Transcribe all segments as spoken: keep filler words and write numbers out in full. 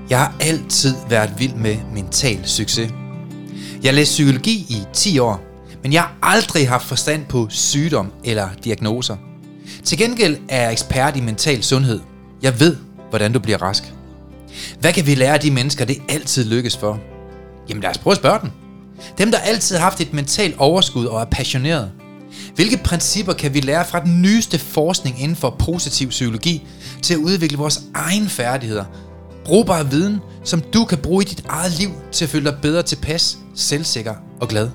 Jeg har altid været vild med mental succes. Jeg læste psykologi i ti år, men jeg har aldrig haft forstand på sygdom eller diagnoser. Til gengæld er jeg ekspert i mental sundhed. Jeg ved, hvordan du bliver rask. Hvad kan vi lære af de mennesker, det altid lykkes for? Jamen lad os prøve at spørge dem. Dem, der altid har haft et mentalt overskud og er passioneret. Hvilke principper kan vi lære fra den nyeste forskning inden for positiv psykologi til at udvikle vores egne færdigheder? Brugbar viden, som du kan bruge i dit eget liv til at føle dig bedre tilpas, selvsikker og glad.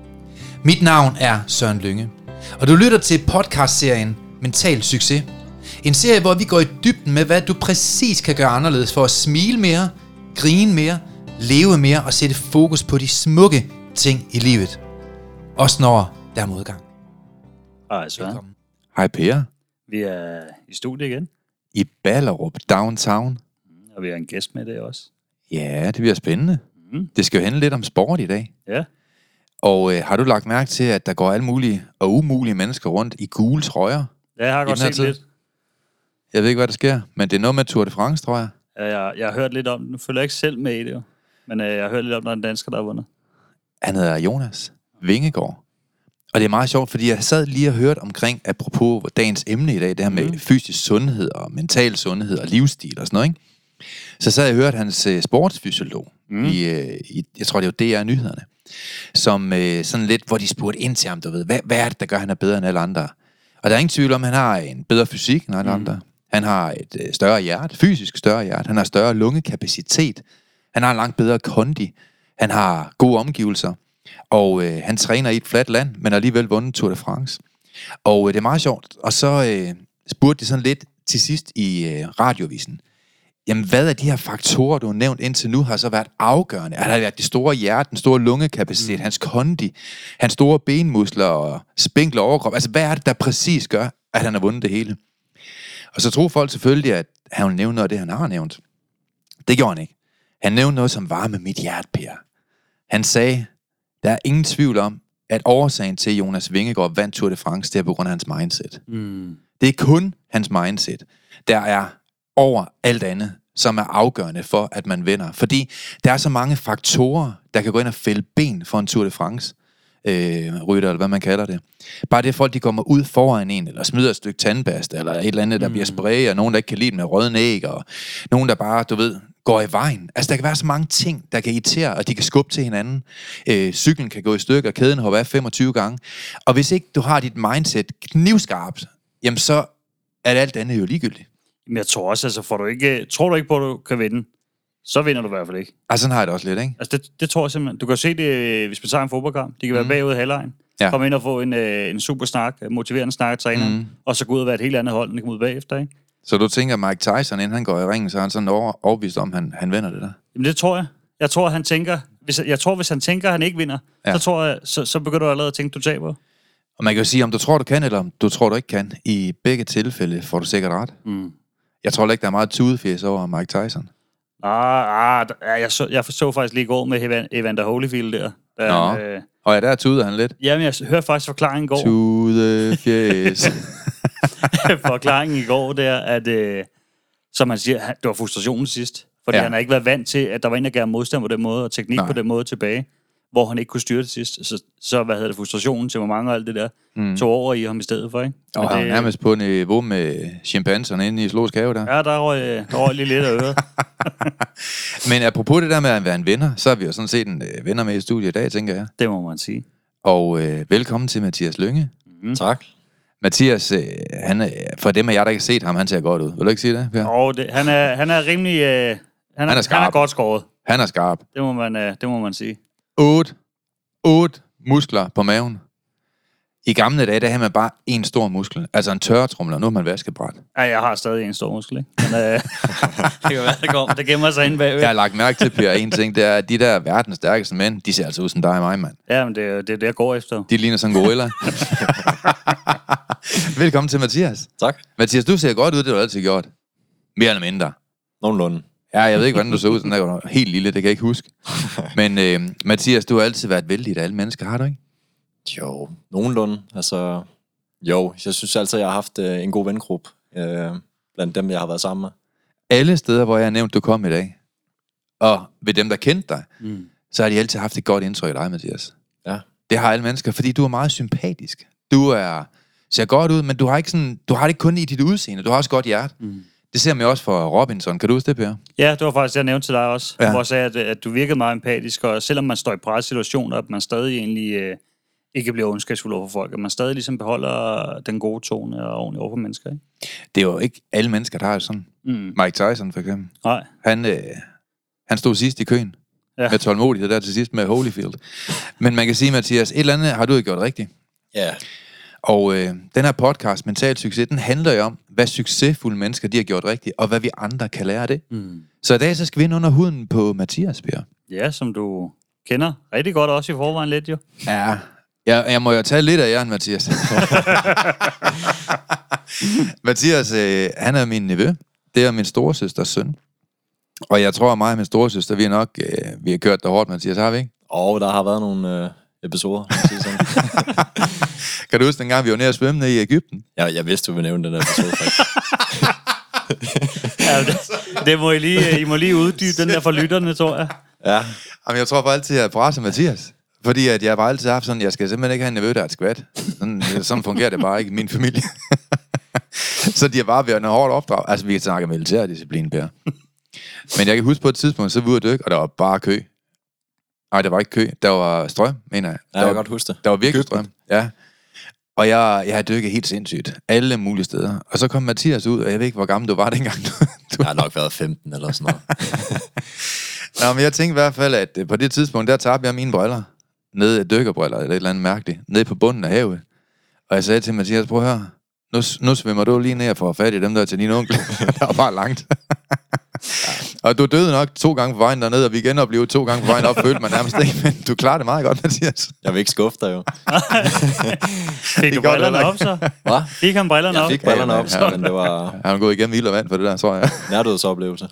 Mit navn er Søren Lynge, og du lytter til podcastserien Mental Succes. En serie, hvor vi går i dybden med, hvad du præcis kan gøre anderledes for at smile mere, grine mere, leve mere og sætte fokus på de smukke ting i livet. Også når der er modgang. Hej Søren. Hej Per. Vi er i studiet igen. I Ballerup Downtown. Og vi har en gæst med det også. Ja, det bliver spændende. Mm. Det skal jo handle lidt om sport i dag. Ja. Og øh, har du lagt mærke til, at der går alle mulige og umulige mennesker rundt i gule trøjer? Ja, jeg har godt set lidt. Jeg ved ikke, hvad der sker, men det er noget med Tour de France, tror jeg. Ja, jeg, jeg har hørt lidt om det. Nu følger jeg ikke selv med i det jo. Men øh, jeg har hørt lidt om, der er en dansker, der har vundet. Han hedder Jonas Vingegaard. Og det er meget sjovt, fordi jeg sad lige og hørte omkring, apropos dagens emne i dag, det her med mm. fysisk sundhed og mental sundhed og livsstil og sådan noget, ikke? Så sad jeg og hørte hans uh, sportsfysiolog mm. i, uh, i, jeg tror det var D R Nyhederne, som uh, sådan lidt, hvor de spurgte ind til ham, du ved, hvad, hvad er det, der gør, han er bedre end alle andre? Og der er ingen tvivl om, at han har en bedre fysik end alle mm. andre. Han har et uh, større hjerte, fysisk større hjerte. Han har større lungekapacitet. Han har en langt bedre kondi. Han har gode omgivelser. Og uh, han træner i et fladt land, men alligevel vundet Tour de France. Og uh, det er meget sjovt. Og så uh, spurgte de sådan lidt til sidst i uh, radiovisen. Jamen, hvad af de her faktorer, du har nævnt indtil nu, har så været afgørende? Har der været det store hjerte, den store lungekapacitet, mm. hans kondi, hans store benmuskler og spinkle overkrop? Altså, hvad er det, der præcis gør, at han har vundet det hele? Og så tror folk selvfølgelig, at han vil nævne noget af det, han har nævnt. Det gjorde han ikke. Han nævnte noget, som var med mit hjerte, Per. Han sagde, der er ingen tvivl om, at årsagen til, Jonas Vingegaard vandt Tour de France, det er på grund af hans mindset. Mm. Det er kun hans mindset, der er over alt andet, som er afgørende for, at man vinder. Fordi der er så mange faktorer, der kan gå ind og fælde ben for en Tour de France øh, rytter, eller hvad man kalder det. Bare det folk, de kommer ud foran en, eller smider et stykke tandpasta, eller et eller andet, der mm. bliver spray, og nogen, der ikke kan lide det med rødne æg, og nogen, der bare, du ved, går i vejen. Altså, der kan være så mange ting, der kan irritere, og de kan skubbe til hinanden. Øh, cyklen kan gå i stykker, kæden hopper af femogtyve gange. Og hvis ikke du har dit mindset knivskarpt, jamen så er det alt andet jo ligegyldigt. Men jeg tror også, altså får du ikke, tror du ikke på, at du kan vinde, så vinder du i hvert fald ikke. Altså, sådan har jeg det også lidt, ikke? Altså, det, det tror jeg simpelthen. Du kan se det, hvis man tager en fodboldkamp. De kan være mm. bagud i halvlejen. Ja. Komme ind og få en, en super snak, motiverende snak af træneren, mm. og så gå ud og være et helt andet hold, end det kommer ud bagefter, ikke? Så du tænker, Mike Tyson, inden han går i ringen, så er han sådan over, overbevist om, at han, han vinder det der? Jamen, det tror jeg. Jeg tror, han tænker, hvis, jeg tror, hvis han tænker, at han ikke vinder, ja. så, tror jeg, så, så begynder du allerede at tænke, at du taber. Og man kan jo sige, om du tror, du kan, eller om du tror, du ikke kan. I begge tilfælde får du sikkert ret. Mm. Jeg tror ikke, der er meget tudefjæs over Mike Tyson. Ah, ah jeg, så, jeg så faktisk lige i går med Evander Holyfield der. der Nå, øh, og ja, der tuder han lidt. Jamen, jeg hørte faktisk forklaringen i går. Tudefjæs. Forklaringen i går der, at øh, som man siger, det var frustrationen sidst. Fordi ja. han har ikke været vant til, at der var en, der gav modstand på den måde, og teknik Nej. på den måde tilbage, hvor han ikke kunne styre det sidst. Så, så hvad hedder det, frustrationen til hvor mange og alt det der, mm. tog over i ham i stedet for, ikke? Og han er nærmest på niveau med chimpanserne inde i Zoologisk Have der. Ja, der røg, der røg lige lidt af øret. Men apropos det der med at være en vinder, så har vi jo sådan set en øh, vinder med i studiet i dag, tænker jeg. Det må man sige. Og øh, velkommen til Mathias Lynge. Mm. Tak. Mathias, øh, han, for dem af jer, der ikke har set ham, han ser godt ud. Vil du ikke sige det, Per? Jo, det, han, er, han er rimelig... Øh, han, er, han, er han er godt skåret. Han er skarp. Det må man, øh, det må man sige. Otte. Otte muskler på maven. I gamle dage, der havde man bare en stor muskel. Altså en tørretrumler. Nu er man vaskebræt. Ja, jeg har stadig en stor muskel, ikke? Men, øh, det kan være, det går. Det gemmer sig inde bagved. Jeg har lagt mærke til, Per, en ting, det er, at de der verdens stærkeste mænd, de ser altså ud som dig og mig, mand. Ja, men det er det, det, jeg går efter. De ligner sådan en gorilla. Velkommen til Mathias. Tak. Mathias, du ser godt ud, det har du altid gjort. Mere eller mindre. Nogenlunde. Ja, jeg ved ikke, hvordan du så ud, sådan der var helt lille, det kan jeg ikke huske. Men øh, Mathias, du har altid været vældig af alle mennesker, har du ikke? Jo, nogenlunde. Altså, jo, jeg synes altid, jeg har haft øh, en god vengruppe øh, blandt dem, jeg har været sammen med. Alle steder, hvor jeg har nævnt, du kom i dag, og ved dem, der kendte dig, Mm. så har de altid haft et godt indtryk af dig, Mathias. Ja. Det har alle mennesker, fordi du er meget sympatisk. Du er, ser godt ud, men du har, ikke sådan, du har det ikke kun i dit udseende, du har også godt hjerte. Mm. Det ser man jo også for Robinson. Kan du huske det, Per? Ja, det var faktisk det, jeg nævnte til dig også. Ja. Ja. Hvor jeg sagde, at, at du virkede meget empatisk, og selvom man står i pressituationer, at man stadig egentlig øh, ikke bliver ondskabsfuld over for folk, at man stadig ligesom beholder den gode tone og ordentligt over for mennesker, ikke? Det er jo ikke alle mennesker, der har det sådan. Mm. Mike Tyson, for eksempel. Nej. Han, øh, han stod sidst i køen. Ja. Ja. Med tålmodighed der til sidst med Holyfield. Men man kan sige, Mathias, et eller andet har du ikke gjort rigtigt. Ja. Og øh, den her podcast, Mental Succes, den handler jo om, hvad succesfulde mennesker de har gjort rigtigt, og hvad vi andre kan lære af det. Mm. Så i dag, så skal vi ind under huden på Mathias, Per. Ja, som du kender rigtig godt også i forvejen lidt, jo. Ja. Jeg, jeg må jo tage lidt af jern, Mathias. Mathias, øh, han er min nevø. Det er min storesøsters søn. Og jeg tror, at mig og min storesøster, vi er nok, øh, vi har kørt det hårdt, Mathias, har vi ikke? Og der har været nogle øh, episoder. kan man sige sådan. Kan du huske dengang, vi var nede at svømme ned i Egypten? jeg, jeg vidste, du ville nævne den der episode, faktisk. Ja, det, det må I lige, I må lige uddybe den der for lytterne, tror jeg. Ja. Jamen, jeg tror for altid, at jeg presse Mathias. Fordi at jeg bare altid har haft sådan, jeg skal simpelthen ikke have en nevø, der er et skvat. Sådan, sådan fungerer det bare ikke i min familie. Så de har bare været en hårdt opdrag. Altså, vi kan snakke militærdisciplin, Per. Men jeg kan huske på et tidspunkt, så var vi ude at dykke, og der var bare kø. Nej, der var ikke kø. Der var strøm, mener jeg. Ja, Der jeg var, kan godt huske det. der var virkelig strøm, ja. Og jeg, jeg har dykket helt sindssygt. Alle mulige steder. Og så kom Mathias ud, og jeg ved ikke, hvor gammel du var dengang. Du... Jeg har nok været femten eller sådan noget. Nå, men jeg tænkte i hvert fald, at på det tidspunkt, der tabte jeg mine briller. Nede af dykkerbriller, eller et eller andet mærkeligt. Nede på bunden af havet. Og jeg sagde til Mathias, prøv at høre. Nu, nu svømmer du lige ned og får fat i dem der til din onkel. Der var bare langt. Og du døde nok to gange på vejen dernede, og vi genoplevede to gange på vejen op, følte man nærmest ikke, men du klarer det meget godt, Mathias. Jeg vil ikke skuffe dig, jo. Fik du gør brillerne det op, så? Hvad? Fik han brillerne Jeg op? fik brillerne Ja, op, ja, men det var Han har gået igennem ild og vand for det der, tror jeg. nærdødsoplevelse.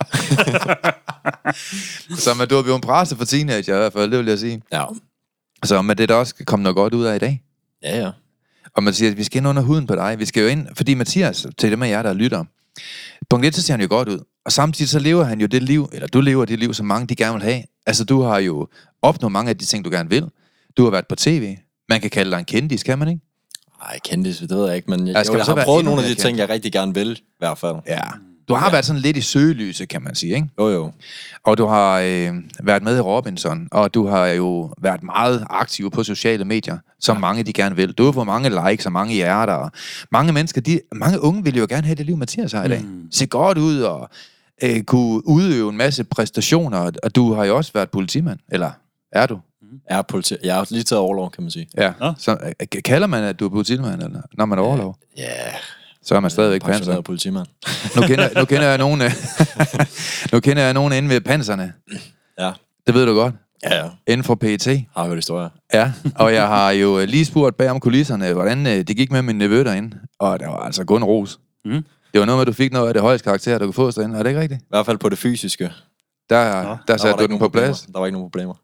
Så men du har blevet en presse for teenager i hvert fald, det vil jeg sige. Ja. Så men det er der også kommet noget godt ud af i dag. Ja, ja. Og Mathias, vi skal ind under huden på dig. Vi skal jo ind, fordi Mathias, til dem af jer, der lytter, punkt et, så ser han jo godt ud. Og samtidig så lever han jo det liv, eller du lever det liv, som mange de gerne vil have. Altså, du har jo opnået mange af de ting, du gerne vil. Du har været på tv. Man kan kalde dig en kendis, kan man ikke? Ej, kendis, det ved jeg ikke, men jeg, Ja, skal jo, du jeg så har være prøvet endnu nogle af mere de ting, kendt? jeg rigtig gerne vil, i hvert fald. Ja. Du har Ja. været sådan lidt i søgelyset, kan man sige, ikke? Jo, jo. Og du har øh, været med i Robinson, og du har jo været meget aktiv på sociale medier, som ja. mange de gerne vil. Du har fået mange likes og mange hjerter. Og mange mennesker, de, mange unge vil jo gerne have det liv, Mathias har i dag. Mm. Se godt ud og øh, kunne udøve en masse præstationer, og du har jo også været politimand, eller er du? Jeg er, politi- jeg er lige taget overlov, kan man sige. Ja. Nå. Så øh, kalder man, at du er politimand, eller når man er overlov? Ja, Så er man stadigvæk panser. pensioneret politimand. Nu kender, nu kender jeg nogen, øh, nu kender jeg nogen inde ved panserne. Ja, Det ved du godt. ja, ja. Inden for P E T. Har hørt historier. Ja, og jeg har jo lige spurgt bag om kulisserne, hvordan øh, det gik med min nevø derinde. Og det var altså kun ros. Mm. Det var noget med, at du fik noget af det højeste karakter, du kunne få derinde. Er det ikke rigtigt? I hvert fald på det fysiske. Der, Nå, der Der satte var der du ikke den på nogen problemer. plads. Der var ikke nogen problemer.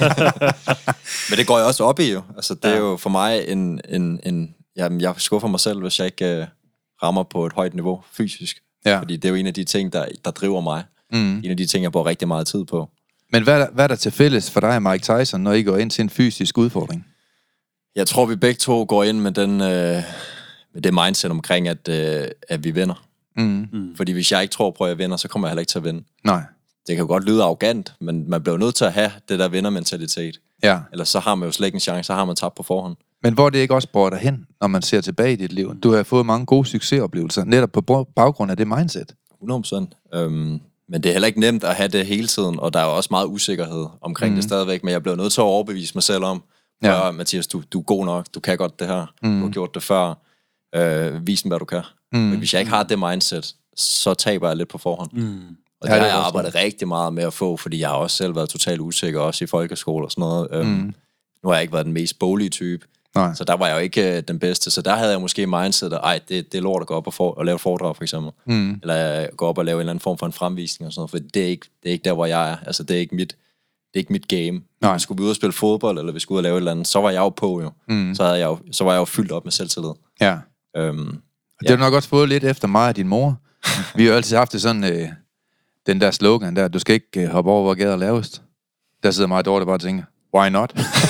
Men det går jeg også op i, jo. Altså, det er Ja. jo for mig en... en, en jamen, jeg skuffer mig selv, hvis jeg ikke uh, rammer på et højt niveau fysisk. Ja. Fordi det er jo en af de ting, der, der driver mig. Mm. En af de ting, jeg bruger rigtig meget tid på. Men hvad, er der- hvad er der til fælles for dig og Mike Tyson, når I går ind til en fysisk udfordring? Jeg tror, vi begge to går ind med, den, øh, med det mindset omkring, at, øh, at vi vinder. Mm. Mm. Fordi hvis jeg ikke tror på, at jeg vinder, så kommer jeg heller ikke til at vinde. Nej. Det kan jo godt lyde arrogant, men man bliver nødt til at have det der vindermentalitet. Ja. Ellers så har man jo slet ikke en chance, så har man tabt på forhånd. Men hvor det ikke også bor dig hen, når man ser tilbage i dit liv? Du har fået mange gode succesoplevelser, netop på baggrund af det mindset. hundrede procent. Øhm, men det er heller ikke nemt at have det hele tiden, og der er jo også meget usikkerhed omkring mm. det stadigvæk, men jeg bliver nødt til at overbevise mig selv om, Ja. ja. Mathias, du, du er god nok, du kan godt det her, Mm. du har gjort det før, øh, vis dem, hvad du kan. Mm. Men hvis jeg ikke har det mindset, så taber jeg lidt på forhånd. Mm. Og Ja, det det har er jeg også arbejdet rigtig meget med at få, fordi jeg har også selv været totalt usikker, også i folkeskole og sådan noget. Øhm, Mm. Nu har jeg ikke været den mest boglige type, Nej. så der var jeg jo ikke øh, den bedste. Så der havde jeg måske mindset, at ej, det, det er lort at gå op og, for, og lave et foredrag, for eksempel. Mm. Eller øh, gå op og lave en eller anden form for en fremvisning og sådan noget, for det er ikke, det er ikke der, hvor jeg er. Altså, det er ikke mit, det er ikke mit game. Nej. Hvis vi skulle ud og spille fodbold, eller vi skulle ud og lave et eller andet, så var jeg jo på, jo. Mm. Så, havde jeg jo, så var jeg jo fyldt op med selvtillid. Ja. Øhm, Og det har du nok også fået lidt efter mig og din mor. Vi har jo altid haft det sådan, øh, den der slogan der, du skal ikke hoppe over, hvor gader er lavest. Der sidder meget dårligt bare og tænker, why not?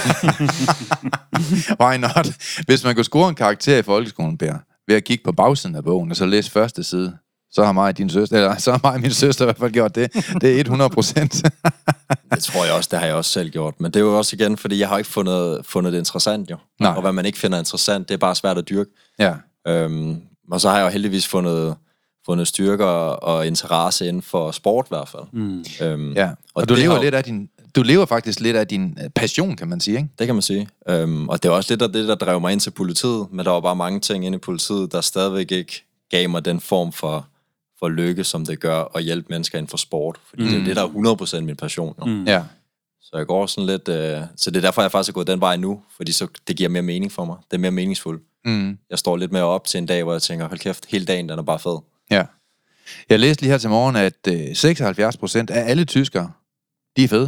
Why not? Hvis man kunne score en karakter i folkeskolen, Per, ved at kigge på bagsiden af bogen, og så læse første side, så har mig og din søster, eller så har mig og min søster i hvert fald gjort det. Det er hundrede procent. Det tror jeg også, det har jeg også selv gjort. Men det er jo også igen, fordi jeg har ikke fundet, fundet det interessant jo. Nej. Og hvad man ikke finder interessant, det er bare svært at dyrke. Ja. Øhm, og så har jeg jo heldigvis fundet, fundet styrker og interesse inden for sport i hvert fald. Mm. Øhm, Ja. Og, og du det lever har- lidt af din, du lever faktisk lidt af din passion, kan man sige, ikke? Det kan man sige. Øhm, og det er også lidt af det, der drev mig ind til politiet, men der var bare mange ting inde i politiet, der stadigvæk ikke gav mig den form for, for lykke, som det gør at hjælpe mennesker inden for sport. Fordi mm. det er det, der er hundrede procent min passion. Jo. Mm. Ja. Så jeg går sådan lidt... Øh, så det er derfor, jeg faktisk er gået den vej nu, fordi så, det giver mere mening for mig. Det er mere meningsfuldt. Mm. Jeg står lidt mere op til en dag, hvor jeg tænker, hold kæft, hele dagen, den er bare fed. Ja. Jeg læste lige her til morgen, at øh, seksoghalvfjerds procent af alle tyskere, de er fede.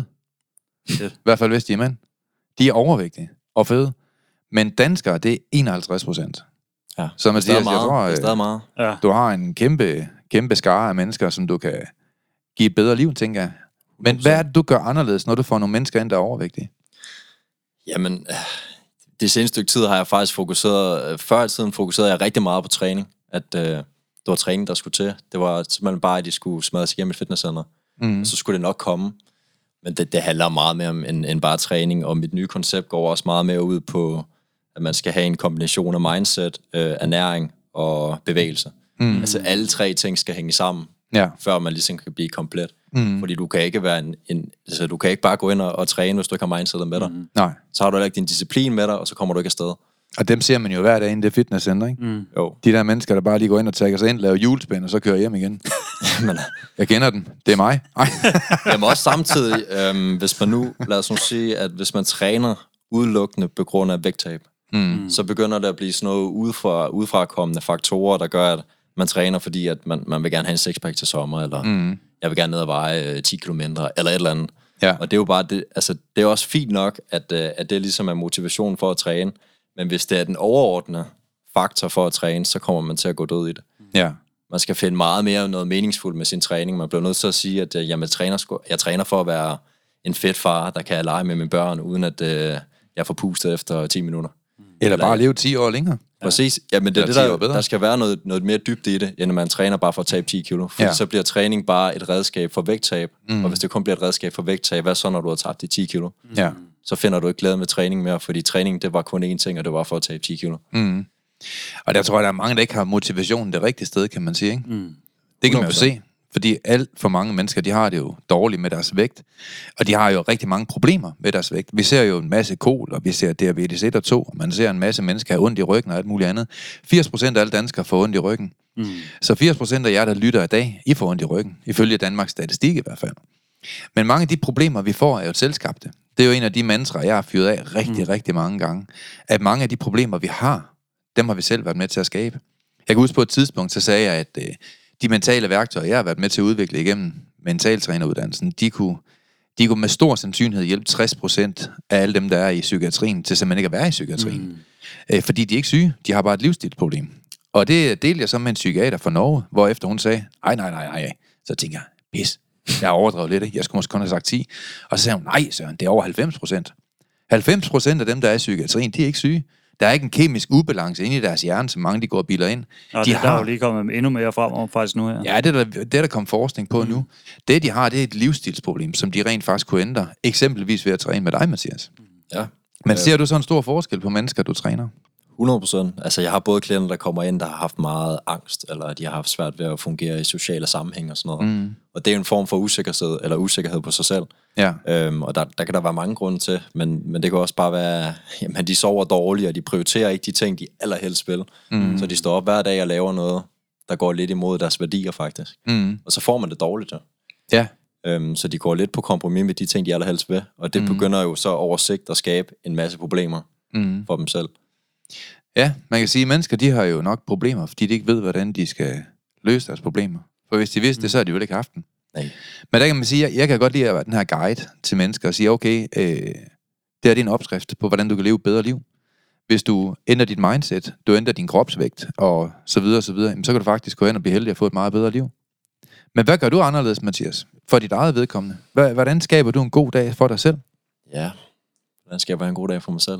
I hvert fald hvis de er mænd. De er overvægtige og fede. Men danskere, det er enoghalvtreds procent. Ja. Så man Det er siger, stadig jeg meget. tror, Det er øh, stadig meget. Ja. du har en kæmpe, kæmpe skare af mennesker, som du kan give et bedre liv, tænker jeg. Men hvad er det, du gør anderledes, når du får nogle mennesker ind, der er overvægtige? Jamen, øh, det seneste stykke tid har jeg faktisk fokuseret... øh, Før i tiden fokuserede jeg rigtig meget på træning. At øh, det var træning, der skulle til. Det var simpelthen bare, at de skulle smadres igennem et fitnesscenter. Mm. Så skulle det nok komme. Men det, det handler meget mere om end, end bare træning, og mit nye koncept går også meget mere ud på, at man skal have en kombination af mindset, øh, ernæring og bevægelse. Mm. Altså alle tre ting skal hænge sammen, Ja. før man ligesom kan blive komplet. Mm. Fordi du kan ikke være en, en altså du kan ikke bare gå ind og, og træne, hvis du ikke har mindsetet med dig. Mm. Nej. Så har du heller ikke din disciplin med dig, og så kommer du ikke afsted. Og dem ser man jo hver dag inde i det fitnesscenter, ikke? Mm. Jo. De der mennesker, der bare lige går ind og tager sig ind, laver hjulspænd, og så kører hjem igen. Men Jeg kender den. Det er mig. Ej. jamen også samtidig, øhm, hvis man nu, lad os nu sige, at hvis man træner udelukkende på grund af vægttab, Mm. så begynder der at blive sådan noget udefra, udefrakommende faktorer, der gør, at man træner, fordi at man, man vil gerne have en sixpack til sommer, eller Mm. jeg vil gerne ned og veje øh, ti kilo mindre, eller et eller andet. Ja. Og det er jo bare, det, altså, det er også fint nok, at, øh, at det ligesom er motivation for at træne, men hvis det er den overordnede faktor for at træne, så kommer man til at gå død i det. Ja. Man skal finde meget mere noget meningsfuldt med sin træning. Man bliver nødt til at sige, at øh, jamen, jeg, træner, sgu- jeg træner for at være en fedt far, der kan lege med mine børn, uden at øh, jeg får pustet efter ti minutter. Eller bare leve ti år længere. Præcis. Ja, men det er Eller det, ti år der, bedre. der skal være noget, noget mere dybde i det, end at man træner bare for at tabe ti kilo. Fordi Ja. ja. så bliver træning bare et redskab for vægttab. Mm. Og hvis det kun bliver et redskab for vægttab, hvad så, når du har tabt de ti kilo? Ja. Så finder du ikke glæde med træning mere, fordi træning, det var kun én ting, og det var for at tabe ti kilo. Mm. Og der tror jeg, der er mange, der ikke har motivationen det rigtige sted, kan man sige, ikke? Mm. Det kan man jo se, fordi alt for mange mennesker, de har det jo dårligt med deres vægt, og de har jo rigtig mange problemer med deres vægt. Vi ser jo en masse kol, og vi ser diabetes et og to, og man ser en masse mennesker have ondt i ryggen og alt muligt andet. firs procent af alle danskere får ondt i ryggen. Mm. Så firs procent af jer, der lytter i dag, I får ondt i ryggen, ifølge Danmarks Statistik i hvert fald. Men mange af de problemer, vi får, er jo selvskabte. Det er jo en af de mantraer, jeg har fyret af rigtig, mm. rigtig mange gange. At mange af de problemer, vi har, dem har vi selv været med til at skabe. Jeg kan huske på et tidspunkt, så sagde jeg, at øh, de mentale værktøjer, jeg har været med til at udvikle igennem mentaltræneruddannelsen, de kunne, de kunne med stor sandsynlighed hjælpe tres procent af alle dem, der er i psykiatrien, til simpelthen ikke at være i psykiatrien. Mm. Øh, fordi de er ikke syge, de har bare et livsstilsproblem. Og det delte jeg så med en psykiater fra Norge, hvorefter hun sagde, ej, nej, nej, nej. Så tænker jeg, pis, jeg har overdrevet lidt, ikke? Jeg skulle måske kun have sagt ti. Og så sagde hun, nej, Søren, det er over halvfems procent. halvfems procent af dem, der er i psykiatrien, de er ikke syge. Der er ikke en kemisk ubalance inde i deres hjerne, som mange de går og biler ind. Og de det der er jo lige kommet endnu mere frem om faktisk nu her. Ja, det er der, det er der kommet forskning på mm. nu. Det, de har, det er et livsstilsproblem, som de rent faktisk kunne ændre. Eksempelvis ved at træne med dig, Mathias. Ja. Men ser du så en stor forskel på mennesker, du træner? hundrede procent. Altså, jeg har både klienter, der kommer ind, der har haft meget angst, eller de har haft svært ved at fungere i sociale sammenhæng og sådan noget. Mm. Og det er jo en form for usikkerhed, eller usikkerhed på sig selv. Ja. Øhm, og der, der kan der være mange grunde til, men, men det kan også bare være, jamen, de sover dårligt, og de prioriterer ikke de ting, de allerhelst vil. Mm. Så de står op hver dag og laver noget, der går lidt imod deres værdier, faktisk. Mm. Og så får man det dårligt, jo. Ja. Øhm, så de går lidt på kompromis med de ting, de allerhelst vil. Og det mm. begynder jo så over sigt at skabe en masse problemer mm. for dem selv. Ja, man kan sige, at mennesker, de har jo nok problemer, fordi de ikke ved, hvordan de skal løse deres problemer. For hvis de vidste det, så har de jo ikke haft dem. Nej. Men der kan man sige, at jeg kan godt lide at være den her guide til mennesker og sige, okay, øh, det er din opskrift på, hvordan du kan leve et bedre liv. Hvis du ændrer dit mindset, du ændrer din kropsvægt og så videre og så videre, så kan du faktisk gå hen og blive heldig at få et meget bedre liv. Men hvad gør du anderledes, Mathias, for dit eget vedkommende? Hvordan skaber du en god dag for dig selv? Ja, hvordan skaber jeg en god dag for mig selv?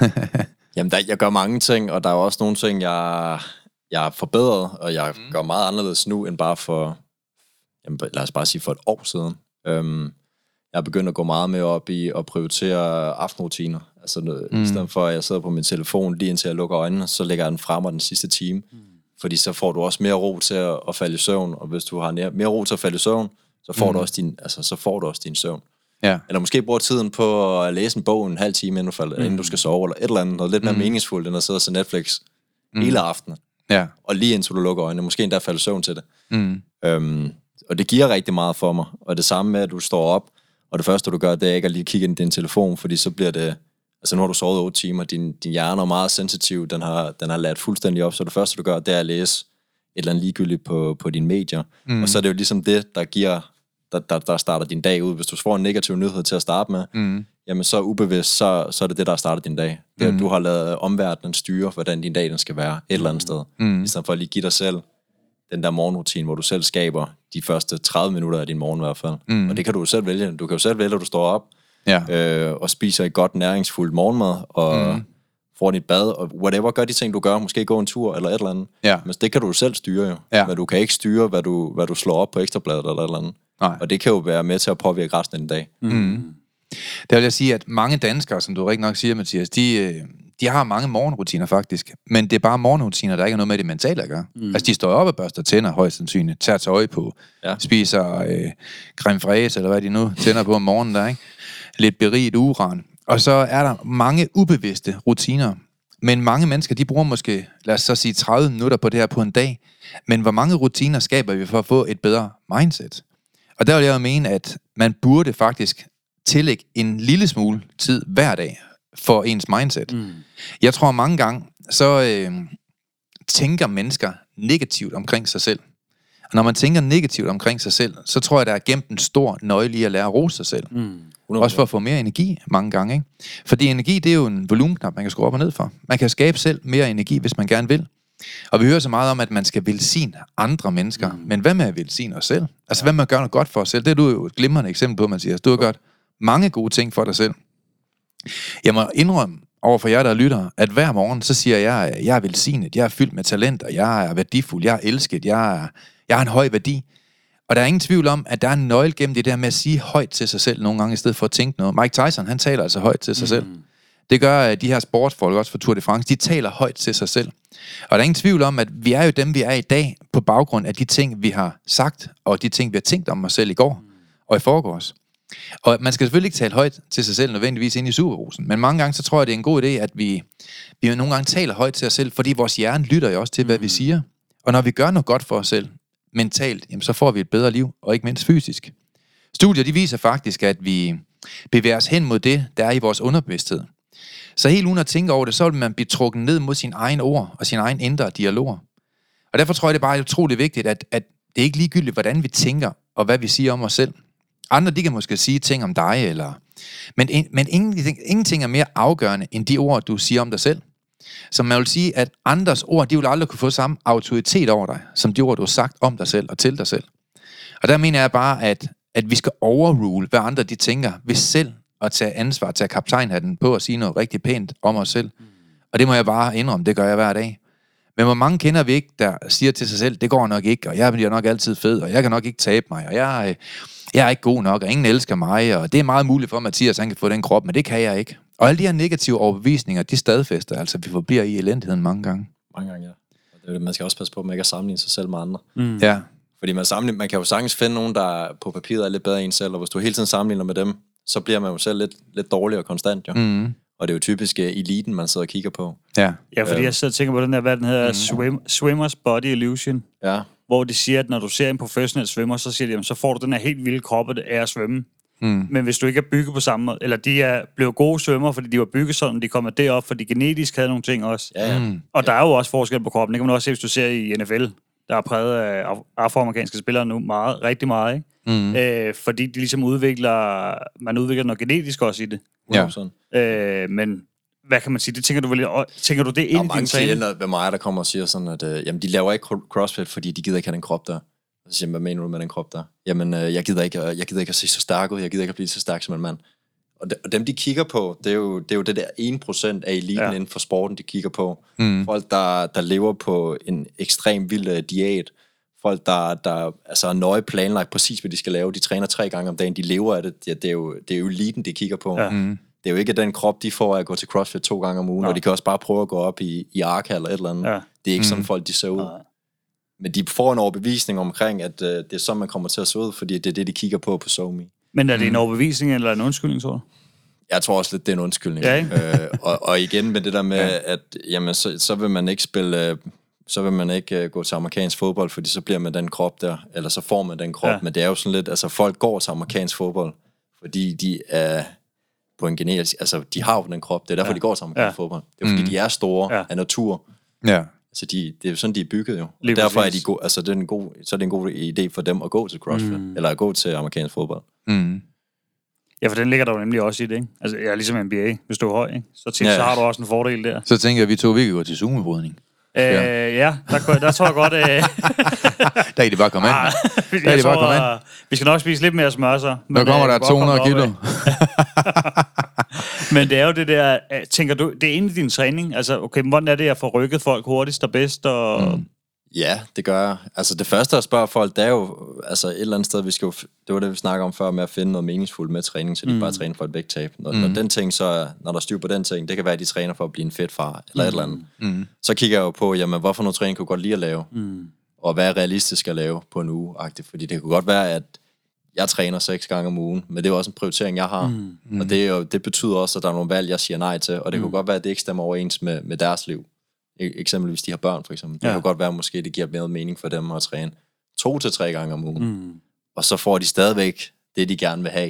Jamen, der, jeg gør mange ting, og der er også nogle ting, jeg, jeg har forbedret, og jeg mm. gør meget anderledes nu, end bare for, jamen, lad os bare sige for et år siden. Um, jeg er begyndt at gå meget mere op i at prioritere aftenrutiner. Altså, mm. i stedet for, at jeg sidder på min telefon lige indtil jeg lukker øjnene, så lægger jeg den frem den sidste time. Mm. Fordi så får du også mere ro til at, at falde i søvn, og hvis du har mere ro til at falde i søvn, så får, mm. du, også din, altså, så får du også din søvn. Ja. Eller måske bruger tiden på at læse en bog en halv time, inden du, falder, mm. inden du skal sove, eller et eller andet, noget lidt mere mm. meningsfuldt, end at sidde og se Netflix mm. hele aftenen. Ja. Og lige indtil du lukker øjnene, måske endda falde i søvn til det. Mm. Øhm, og det giver rigtig meget for mig. Og det samme med, at du står op, og det første, du gør, det er ikke at lige kigge ind i din telefon, fordi så bliver det... Altså nu har du sovet otte timer, din, din hjerne er meget sensitiv, den har, den har ladt fuldstændig op, så det første, du gør, det er at læse et eller andet ligegyldigt på, på dine medier. Mm. Og så er det jo ligesom det, der giver... Der, der, der starter din dag ud. Hvis du får en negativ nyhed til at starte med, mm. jamen så ubevidst, så, så er det det, der starter din dag. Det er, mm. at du har lavet omverdenen styre, hvordan din dag den skal være, et eller andet sted. Mm. I stedet for at lige give dig selv den der morgenrutine, hvor du selv skaber de første tredive minutter af din morgen i hvert fald. Mm. Og det kan du jo selv vælge. Du kan jo selv vælge, at du står op ja. øh, og spiser et godt næringsfuldt morgenmad, og mm. får dit bad, og whatever, gør de ting, du gør. Måske gå en tur, eller et eller andet. Ja. Men det kan du selv styre jo. Ja. Men du kan ikke styre, hvad du, hvad du slår op på Ekstrabladet, eller et eller andet. Nej. Og det kan jo være med til at påvirke resten af den dag. Mm. Det vil jeg sige, at mange danskere, som du rigtig nok siger, Mathias, de, de har mange morgenrutiner faktisk, men det er bare morgenrutiner, der ikke er noget med det mentale at gøre. Mm. Altså, de står op og børster tænder højst sandsynligt, tager tøj på, ja. spiser øh, creme fraise, eller hvad de nu tænder på om morgenen der, ikke? Lidt beriget uran. Og så er der mange ubevidste rutiner. Men mange mennesker, de bruger måske, lad os så sige, tredive minutter på det her på en dag. Men hvor mange rutiner skaber vi for at få et bedre mindset? Og der vil jeg jo mene, at man burde faktisk tillægge en lille smule tid hver dag for ens mindset. Mm. Jeg tror mange gange, så øh, tænker mennesker negativt omkring sig selv. Og når man tænker negativt omkring sig selv, så tror jeg, der er gemt en stor nøgle i at lære at rose sig selv. Mm. Også for at få mere energi mange gange. Ikke? Fordi energi, det er jo en volumenknap, man kan skrue op og ned for. Man kan skabe selv mere energi, hvis man gerne vil. Og vi hører så meget om, at man skal velsigne andre mennesker. Mm. Men hvad med at velsigne os selv? Altså, hvad med at gøre noget godt for os selv? Det er du jo et glimrende eksempel på, Mathias. Du har gjort mange gode ting for dig selv. Jeg må indrømme over for jer, der lytter, at hver morgen, så siger jeg, at jeg er velsignet, jeg er fyldt med talenter, jeg er værdifuld, jeg er elsket, jeg, er, jeg har en høj værdi. Og der er ingen tvivl om, at der er en nøgle gennem det der med at sige højt til sig selv nogle gange, i stedet for at tænke noget. Mike Tyson, han taler altså højt til sig mm. selv. Det gør de her sportsfolk også for Tour de France, de taler højt til sig selv. Og der er ingen tvivl om, at vi er jo dem, vi er i dag, på baggrund af de ting, vi har sagt, og de ting, vi har tænkt om os selv i går og i forgårs. Og man skal selvfølgelig ikke tale højt til sig selv, nødvendigvis ind i superbrusen, men mange gange, så tror jeg, det er en god idé, at vi, vi nogle gange taler højt til os selv, fordi vores hjerne lytter jo også til, hvad vi siger. Og når vi gør noget godt for os selv, mentalt, jamen, så får vi et bedre liv, og ikke mindst fysisk. Studier, de viser faktisk, at vi bevæger os hen mod det, der er i vores underbevidsthed. Så helt uden at tænke over det, så vil man blive trukket ned mod sin egen ord og sin egen indre dialoger. Og derfor tror jeg, det er bare utroligt vigtigt, at, at det er ikke ligegyldigt, hvordan vi tænker og hvad vi siger om os selv. Andre, de kan måske sige ting om dig, eller... men, men ingenting, ingenting er mere afgørende end de ord, du siger om dig selv. Så man vil sige, at andres ord, de vil aldrig kunne få samme autoritet over dig, som de ord, du har sagt om dig selv og til dig selv. Og der mener jeg bare, at, at vi skal overrule, hvad andre de tænker, ved selv at tage ansvar, tage kaptajnhatten på og sige noget rigtig pænt om os selv. Og det må jeg bare indrømme, det gør jeg hver dag. Men hvor mange kender vi ikke, der siger til sig selv, det går nok ikke, og jeg bliver nok altid fed, og jeg kan nok ikke tabe mig, og jeg, jeg er ikke god nok, og ingen elsker mig, og det er meget muligt for Mathias, han kan få den krop, men det kan jeg ikke. Og alle de her negative overbevisninger, de stadfæster, altså vi forbliver i elendigheden mange gange. Mange gange, ja. Og det er, man skal også passe på, at man ikke kan sammenligne sig selv med andre. Mm. Ja. Fordi man, sammenligner, man kan jo sagtens finde nogen, der på papiret er lidt bedre end en selv, og hvis du hele tiden sammenligner med dem, så bliver man jo selv lidt, lidt dårligere konstant, jo. Mm. Og det er jo typisk eliten, man sidder og kigger på. Ja, ja fordi øh. jeg sidder og tænker på den der, hvad den hedder, mm. swim, Swimmers Body Illusion. Ja. Hvor de siger, at når du ser en professionel svømmer, så siger de, jamen, så får du den her helt vilde krop af at svømme. Mm. Men hvis du ikke er bygget på samme måde, eller de er blevet gode svømmer, fordi de var bygget sådan, de kommer derop, fordi genetisk havde nogle ting også. Ja, mm. Og der er jo også forskel på kroppen. Det kan man også se, hvis du ser i N F L, der er præget af afroamerikanske spillere nu meget, rigtig meget, ikke? Mm. Øh, fordi de ligesom udvikler, man udvikler noget genetisk også i det. Ja. Øh, men hvad kan man sige? Det tænker du vel, tænker du det ind i din sag? Der er mange klienter ved mig, der kommer og siger sådan, at øh, jamen, de laver ikke CrossFit, fordi de gider ikke have den krop der. Og så siger jeg, hvad mener du med den krop der? Jamen, øh, jeg, gider ikke, jeg gider ikke at se så stærk ud, jeg gider ikke at blive så stærk som en mand. Og, de, og dem, de kigger på, det er jo det, er jo det der en procent af eliten ja. inden for sporten, de kigger på. Mm. Folk, der, der lever på en ekstrem vild uh, diæt. Folk, der, der altså, er nøje planlagt præcis, hvad de skal lave. De træner tre gange om dagen, de lever af det. Det, det, er, jo, det er jo eliten, de kigger på. Ja. Mm. Det er jo ikke den krop, de får af at gå til CrossFit to gange om ugen, ja. og de kan også bare prøve at gå op i, i Arca eller et eller andet. Ja. Det er ikke mm. sådan, folk de ser ud. Ja. Men de får en overbevisning omkring, at uh, det er sådan, man kommer til at se ud, fordi det er det, de kigger på på SoMe. Men er det en overbevisning eller en undskyldning, tror du? Jeg tror også lidt, det er en undskyldning. Ja, øh, og, og igen med det der med, ja. at jamen, så, så vil man ikke spille, så vil man ikke uh, gå til amerikansk fodbold, fordi så bliver man den krop der, eller så får man den krop. Ja. Men det er jo sådan lidt, altså folk går til amerikansk fodbold, fordi de er på en genetisk, altså de har jo den krop, det er derfor, ja. de går til amerikansk ja. fodbold. Det er fordi, mm. de er store ja. af natur. Ja. Så de, det er jo sådan, de er bygget jo. Lige derfor er de gode, altså det er en god, så er det en god idé for dem at gå til CrossFit, mm. eller at gå til amerikansk fodbold. Mm. Ja, for den ligger der jo nemlig også i det, ikke? Altså, jeg er ligesom N B A, hvis du er høj, ikke? Så, til, ja. så har du også en fordel der. Så tænker jeg, at vi to, vi kan gå til sumobrydning. Øh, ja, ja der, der tror jeg godt... Øh... der er de bare komme ind. Ah, der er de bare komme ind. Vi skal nok spise lidt mere smør, så. Nu kommer der to hundrede kilo. Men det er jo det der... Tænker du, det er inde i din træning? Altså, okay, men hvordan er det at få rykket folk hurtigst og bedst? Og... Mm. Ja, det gør jeg. Altså det første at spørge folk, det er jo altså et eller andet sted, vi skal jo, det var det, vi snakker om før, med at finde noget meningsfuldt med træning, så de mm. bare træner for et vægttab. Når, mm. når den ting så, når der er styr på den ting, det kan være, at de træner for at blive en fedt far, eller mm. et eller andet. Mm. Så kigger jeg jo på, jamen, hvorfor noget træning kunne jeg godt lide at lave, mm. og hvad er realistisk at lave på en uge-agtigt, fordi det kunne godt være, at jeg træner seks gange om ugen, men det er jo også en prioritering, jeg har, mm. og det, er jo, det betyder også, at der er nogle valg, jeg siger nej til, og det mm. kunne godt være, at det ikke stemmer overens med, med deres liv. Eksempelvis de har børn, for eksempel. Det ja. kan godt være, at måske det giver mere mening for dem at træne to til tre gange om ugen. Mm. Og så får de stadigvæk det, de gerne vil have.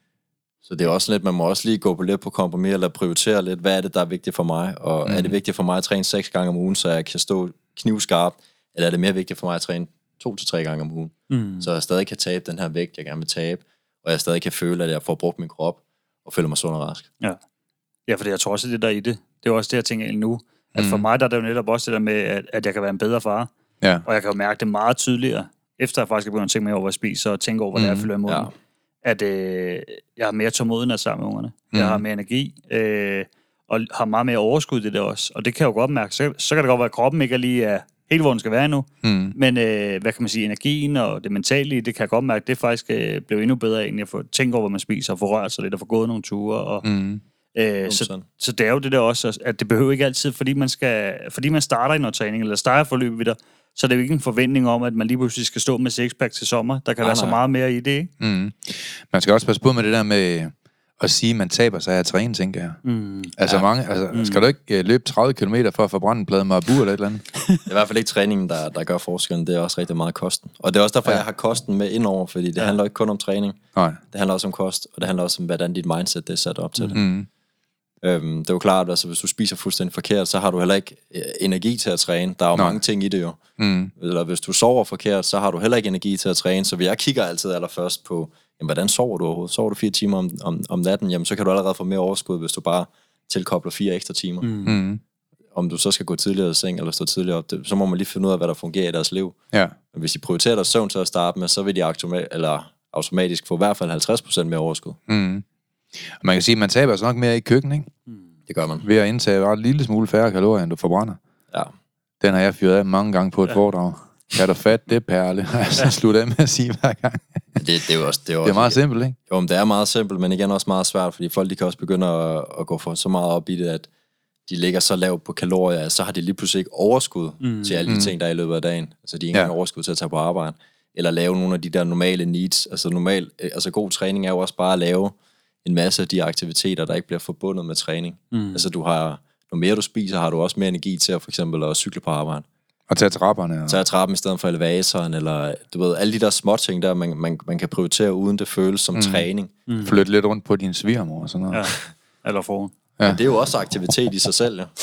Så det er også lidt, man må også lige gå på lidt på kompromis, eller prioritere lidt, hvad er det, der er vigtigt for mig? Og mm. er det vigtigt for mig at træne seks gange om ugen, så jeg kan stå knivskarpt? Eller er det mere vigtigt for mig at træne to til tre gange om ugen? Mm. Så jeg stadig kan tabe den her vægt, jeg gerne vil tabe, og jeg stadig kan føle, at jeg får brugt min krop, og føler mig sund og rask. Ja, ja, for jeg tror også, det der i det. Det er også det, jeg tænker nu. At for mig der er det jo netop også det der med, at, at jeg kan være en bedre far. Ja. Og jeg kan jo mærke det meget tydeligere, efter jeg faktisk er begyndt at tænke mere over, hvad jeg spiser, og tænke over, hvad mm. det er, jeg følger imod ja. At øh, jeg har mere tålmodighed sammen med ungerne. Mm. Jeg har mere energi, øh, og har meget mere overskud i det også. Og det kan jeg jo godt mærke. Så, så kan det godt være, at kroppen ikke er lige er helt, hvor den skal være nu. Mm. Men øh, hvad kan man sige, energien og det mentale, det kan jeg godt mærke, det faktisk øh, blev endnu bedre, end jeg får tænkt over, hvad man spiser, og få rørt sig lidt, og få gået nogle ture, og... Mm. Øh, så, så det er jo det der også, at det behøver ikke altid, fordi man skal, fordi man starter i noget træning, eller starter forløb ved der, så er det jo ikke en forventning om, at man lige pludselig skal stå med sixpack til sommer. Der kan ah, være nej. så meget mere i det, ikke? Mm. Man skal også passe på med det der med at sige, at man taber sig af at træne, tænker jeg. Mm. Altså, ja. mange, altså mm. skal du ikke løbe tredive kilometer for at forbrænde en plade Marabu eller et eller andet? Det er i hvert fald ikke træningen, der, der gør forskellen. Det er også rigtig meget kosten. Og det er også derfor, ja. jeg har kosten med indover, fordi det ja. handler ikke kun om træning. Nej. Det handler også om kost, og det handler også om, hvordan dit mindset det er sat op til det. Mm. Øhm, det er jo klart, at altså, hvis du spiser fuldstændig forkert, så har du heller ikke øh, energi til at træne. Der er jo Nej. mange ting i det jo. Mm. Eller hvis du sover forkert, så har du heller ikke energi til at træne. Så jeg kigger altid allerførst på, jamen, hvordan sover du overhovedet? Sover du fire timer om, om, om natten, jamen, så kan du allerede få mere overskud, hvis du bare tilkobler fire ekstra timer. Mm. Om du så skal gå tidligere i seng, eller stå tidligere op, det, så må man lige finde ud af, hvad der fungerer i deres liv. Ja. Men hvis de prioriterer deres søvn til at starte med, så vil de automa- eller automatisk få i hvert fald halvtreds procent mere overskud. Mm. Man kan sige, at man taber så nok mere i køkken, ikke? Mm. Det gør man. Ved at indtage bare en lille smule færre kalorier, end du forbrænder. Ja. Den har jeg fyret af mange gange på et ja. foredrag. Kan du fat det, perle? Så slutter jeg med at sige hver gang. Det, det er jo også... Det er, også, det er meget simpelt, ikke? Jo, men det er meget simpelt, men igen også meget svært, fordi folk de kan også begynde at, at gå for så meget op i det, at de ligger så lavt på kalorier, at så har de lige pludselig ikke overskud mm. til alle de mm. ting, der er i løbet af dagen. Altså de har ikke ja. overskud til at tage på arbejde. Eller lave nogle af de der normale needs. Altså normal, altså god træning er jo også bare at lave en masse af de aktiviteter, der ikke bliver forbundet med træning. Mm. Altså du har, når mere du spiser, har du også mere energi til at for eksempel at cykle på arbejde. Og tage trapperne. Og... tage trappen i stedet for elevatoren, eller du ved, alle de der små ting der, man, man, man kan prioritere, uden det føles som mm. træning. Mm. Flytte lidt rundt på din svigermor og sådan noget. Ja. Eller foran. Ja. Men det er jo også aktivitet i sig selv, ja.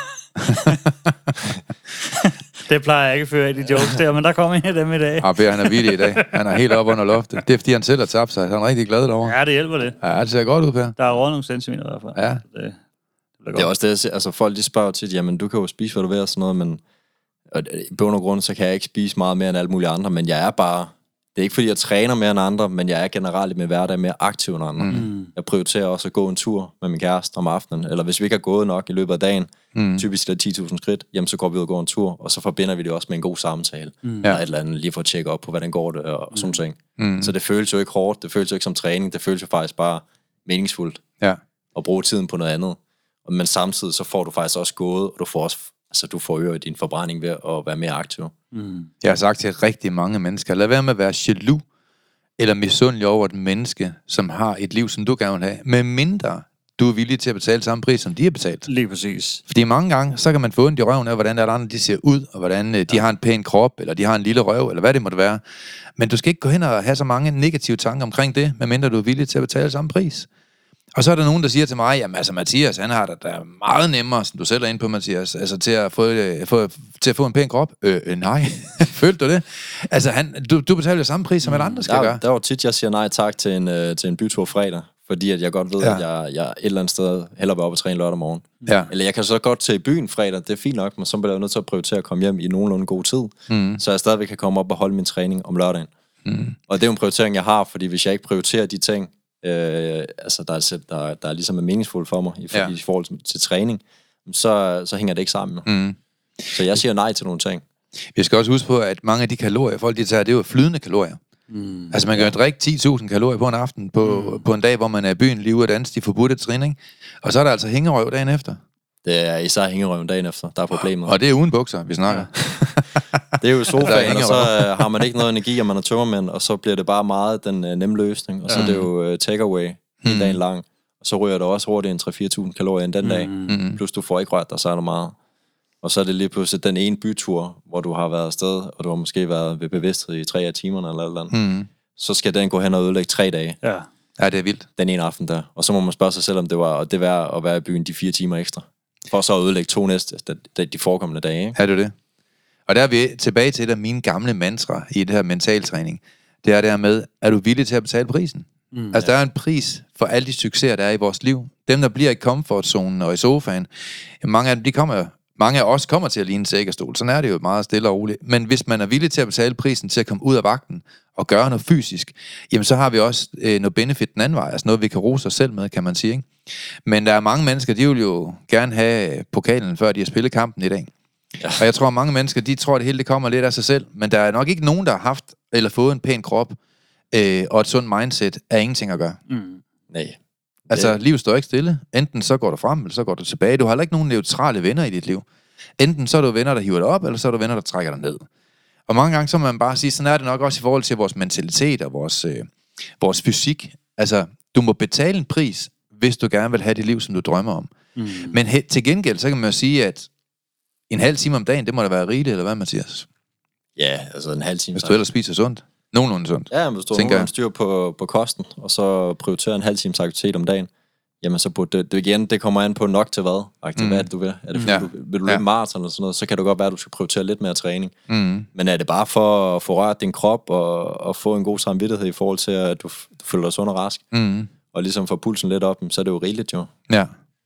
Det plejer jeg ikke at føre i de jokes der, men der kommer en af dem i dag. Ja, Per, han er vildt i dag. Han er helt oppe under loftet. Det er, fordi han selv har tabt sig. Han er rigtig glad derovre. Ja, det hjælper det. Ja, det ser godt ud, Per. Der er råd nogle centimeter i hvert fald. Ja. Det, det, det er også det, altså folk de spørger tit, jamen du kan jo spise, hvad du vil og sådan noget, men Og i bund og grund, så kan jeg ikke spise meget mere end alle mulige andre, men jeg er bare... Det er ikke, fordi jeg træner mere end andre, men jeg er generelt i min hverdag mere aktiv end andre. Mm. Jeg prioriterer også at gå en tur med min kæreste om aftenen, eller hvis vi ikke har gået nok i løbet af dagen, mm. typisk er det ti tusind skridt, jamen så går vi ud og går en tur, og så forbinder vi det også med en god samtale. Mm. Eller et eller andet, lige for at tjekke op på, hvordan går det, og, og sådan ting. Mm. Så det føles jo ikke hårdt, det føles jo ikke som træning, det føles jo faktisk bare meningsfuldt. Ja. At bruge tiden på noget andet. Men samtidig så får du faktisk også gået, og du får også... Altså, du får øget din forbrænding ved at være mere aktiv. Mm. Jeg har sagt til rigtig mange mennesker, lad være med at være jaloux eller misundelig over et menneske, som har et liv, som du gerne vil have, med mindre du er villig til at betale samme pris, som de har betalt. Lige præcis. Fordi mange gange, så kan man få ondt i røven af, hvordan der andre de ser ud, og hvordan de ja. har en pæn krop, eller de har en lille røv, eller hvad det måtte være. Men du skal ikke gå hen og have så mange negative tanker omkring det, medmindre du er villig til at betale samme pris. Og så er der nogen, der siger til mig, jamen altså Mathias, han har det der meget nemmere, som du selv er inde på, Mathias, altså til at få, få, til at få en pæn krop. Øh, øh nej, følte du det? Altså, han, du, du betaler samme pris, som alle andre skal der, gøre. Der var tit, jeg siger nej tak til en, øh, til en bytur fredag, fordi at jeg godt ved, ja. at jeg, jeg et eller andet sted hellere vil op og træne lørdag morgen. Ja. Eller jeg kan så godt til byen fredag, det er fint nok, men så bliver jeg nødt til at prioritere at komme hjem i nogenlunde god tid, mm. så jeg stadigvæk kan komme op og holde min træning om lørdagen. Mm. Og det er jo en prioritering, jeg har, fordi hvis jeg ikke prioriterer de ting, Øh, altså der er, der, der er ligesom er meningsfuldt for mig i, for, ja. i forhold til, til træning, så, så hænger det ikke sammen. Mm. Så jeg siger nej til nogle ting. Vi skal også huske på, at mange af de kalorier, folk de tager, det er jo flydende kalorier. Mm. Altså man kan jo drikke ti tusind kalorier på en aften, på, mm. på en dag, hvor man er i byen lige ude at danse de forbudte trin, ikke? Og så er der altså hængerøv dagen efter. Det er især hængerøven dagen efter, der er problemet. Og det er uden bukser, vi snakker. Ja. Det er jo sofaen, og så uh, har man ikke noget energi, og man er tømmermænd, og så bliver det bare meget den uh, nemme løsning. Og så ja. er det jo uh, takeaway hele dagen lang. Og så ryger der også hurtigt en tre til fire tusind kalorier en den dag. Mm. Plus du får ikke rørt dig så er der meget. Og så er det lige pludselig den ene bytur, hvor du har været afsted, og du har måske været ved bevidsthed i tre af timerne eller eller andet. Mm. Så skal den gå hen og ødelægge tre dage. Ja. Ja, det er vildt. Den ene aften der. Og så må man spørge sig selv, om det var det værd at være i byen de fire timer ekstra. For så at ødelægge to næste, de, de forekommende dage. Ikke? Ja, det er det. Og der er vi tilbage til et af mine gamle mantra i det her mentaltræning. Det er det her med, er du villig til at betale prisen? Mm, altså, ja. der er en pris for alle de succeser, der er i vores liv. Dem, der bliver i comfortzonen og i sofaen, mange af dem, de kommer, mange af os kommer til at ligne en sækkestol. Sådan er det jo meget stille og roligt. Men hvis man er villig til at betale prisen til at komme ud af vagten og gøre noget fysisk, jamen så har vi også øh, noget benefit den anden vej. Altså noget, vi kan rose os selv med, kan man sige. Ikke? Men der er mange mennesker, de vil jo gerne have pokalen, før de har spillet kampen i dag. Ja. Og jeg tror, at mange mennesker, de tror, at det hele det kommer lidt af sig selv. Men der er nok ikke nogen, der har haft eller fået en pæn krop øh, og et sundt mindset af ingenting at gøre. Mm. Nej. Altså, livet står ikke stille. Enten så går du frem, eller så går du tilbage. Du har heller ikke nogen neutrale venner i dit liv. Enten så er du venner, der hiver dig op, eller så er du venner, der trækker dig ned. Og mange gange så må man bare sige, sådan er det nok også i forhold til vores mentalitet og vores, øh, vores fysik. Altså, du må betale en pris, hvis du gerne vil have det liv, som du drømmer om. Mm. Men he- til gengæld, så kan man jo sige, at en halv time om dagen, det må da være rigeligt, eller hvad, Mathias? Ja, altså en halv time. Hvis du ellers spiser sundt. Nogenlunde sundt. Ja, hvis du har styr på, på kosten, og så prioriterer en halv times aktivitet om dagen, jamen så burde det, det igen, det kommer an på nok til hvad. Mm. Hvad er det, du vil? Er det fordi, ja. du, vil du løbe ja. maraton eller sådan noget, så kan det godt være, at du skal prioritere lidt mere træning. Mm. Men er det bare for at få rørt din krop, og, og få en god samvittighed i forhold til, at du, du føler dig sund og rask, mm. og ligesom få pulsen lidt op, så er det jo rigeligt jo. Ja.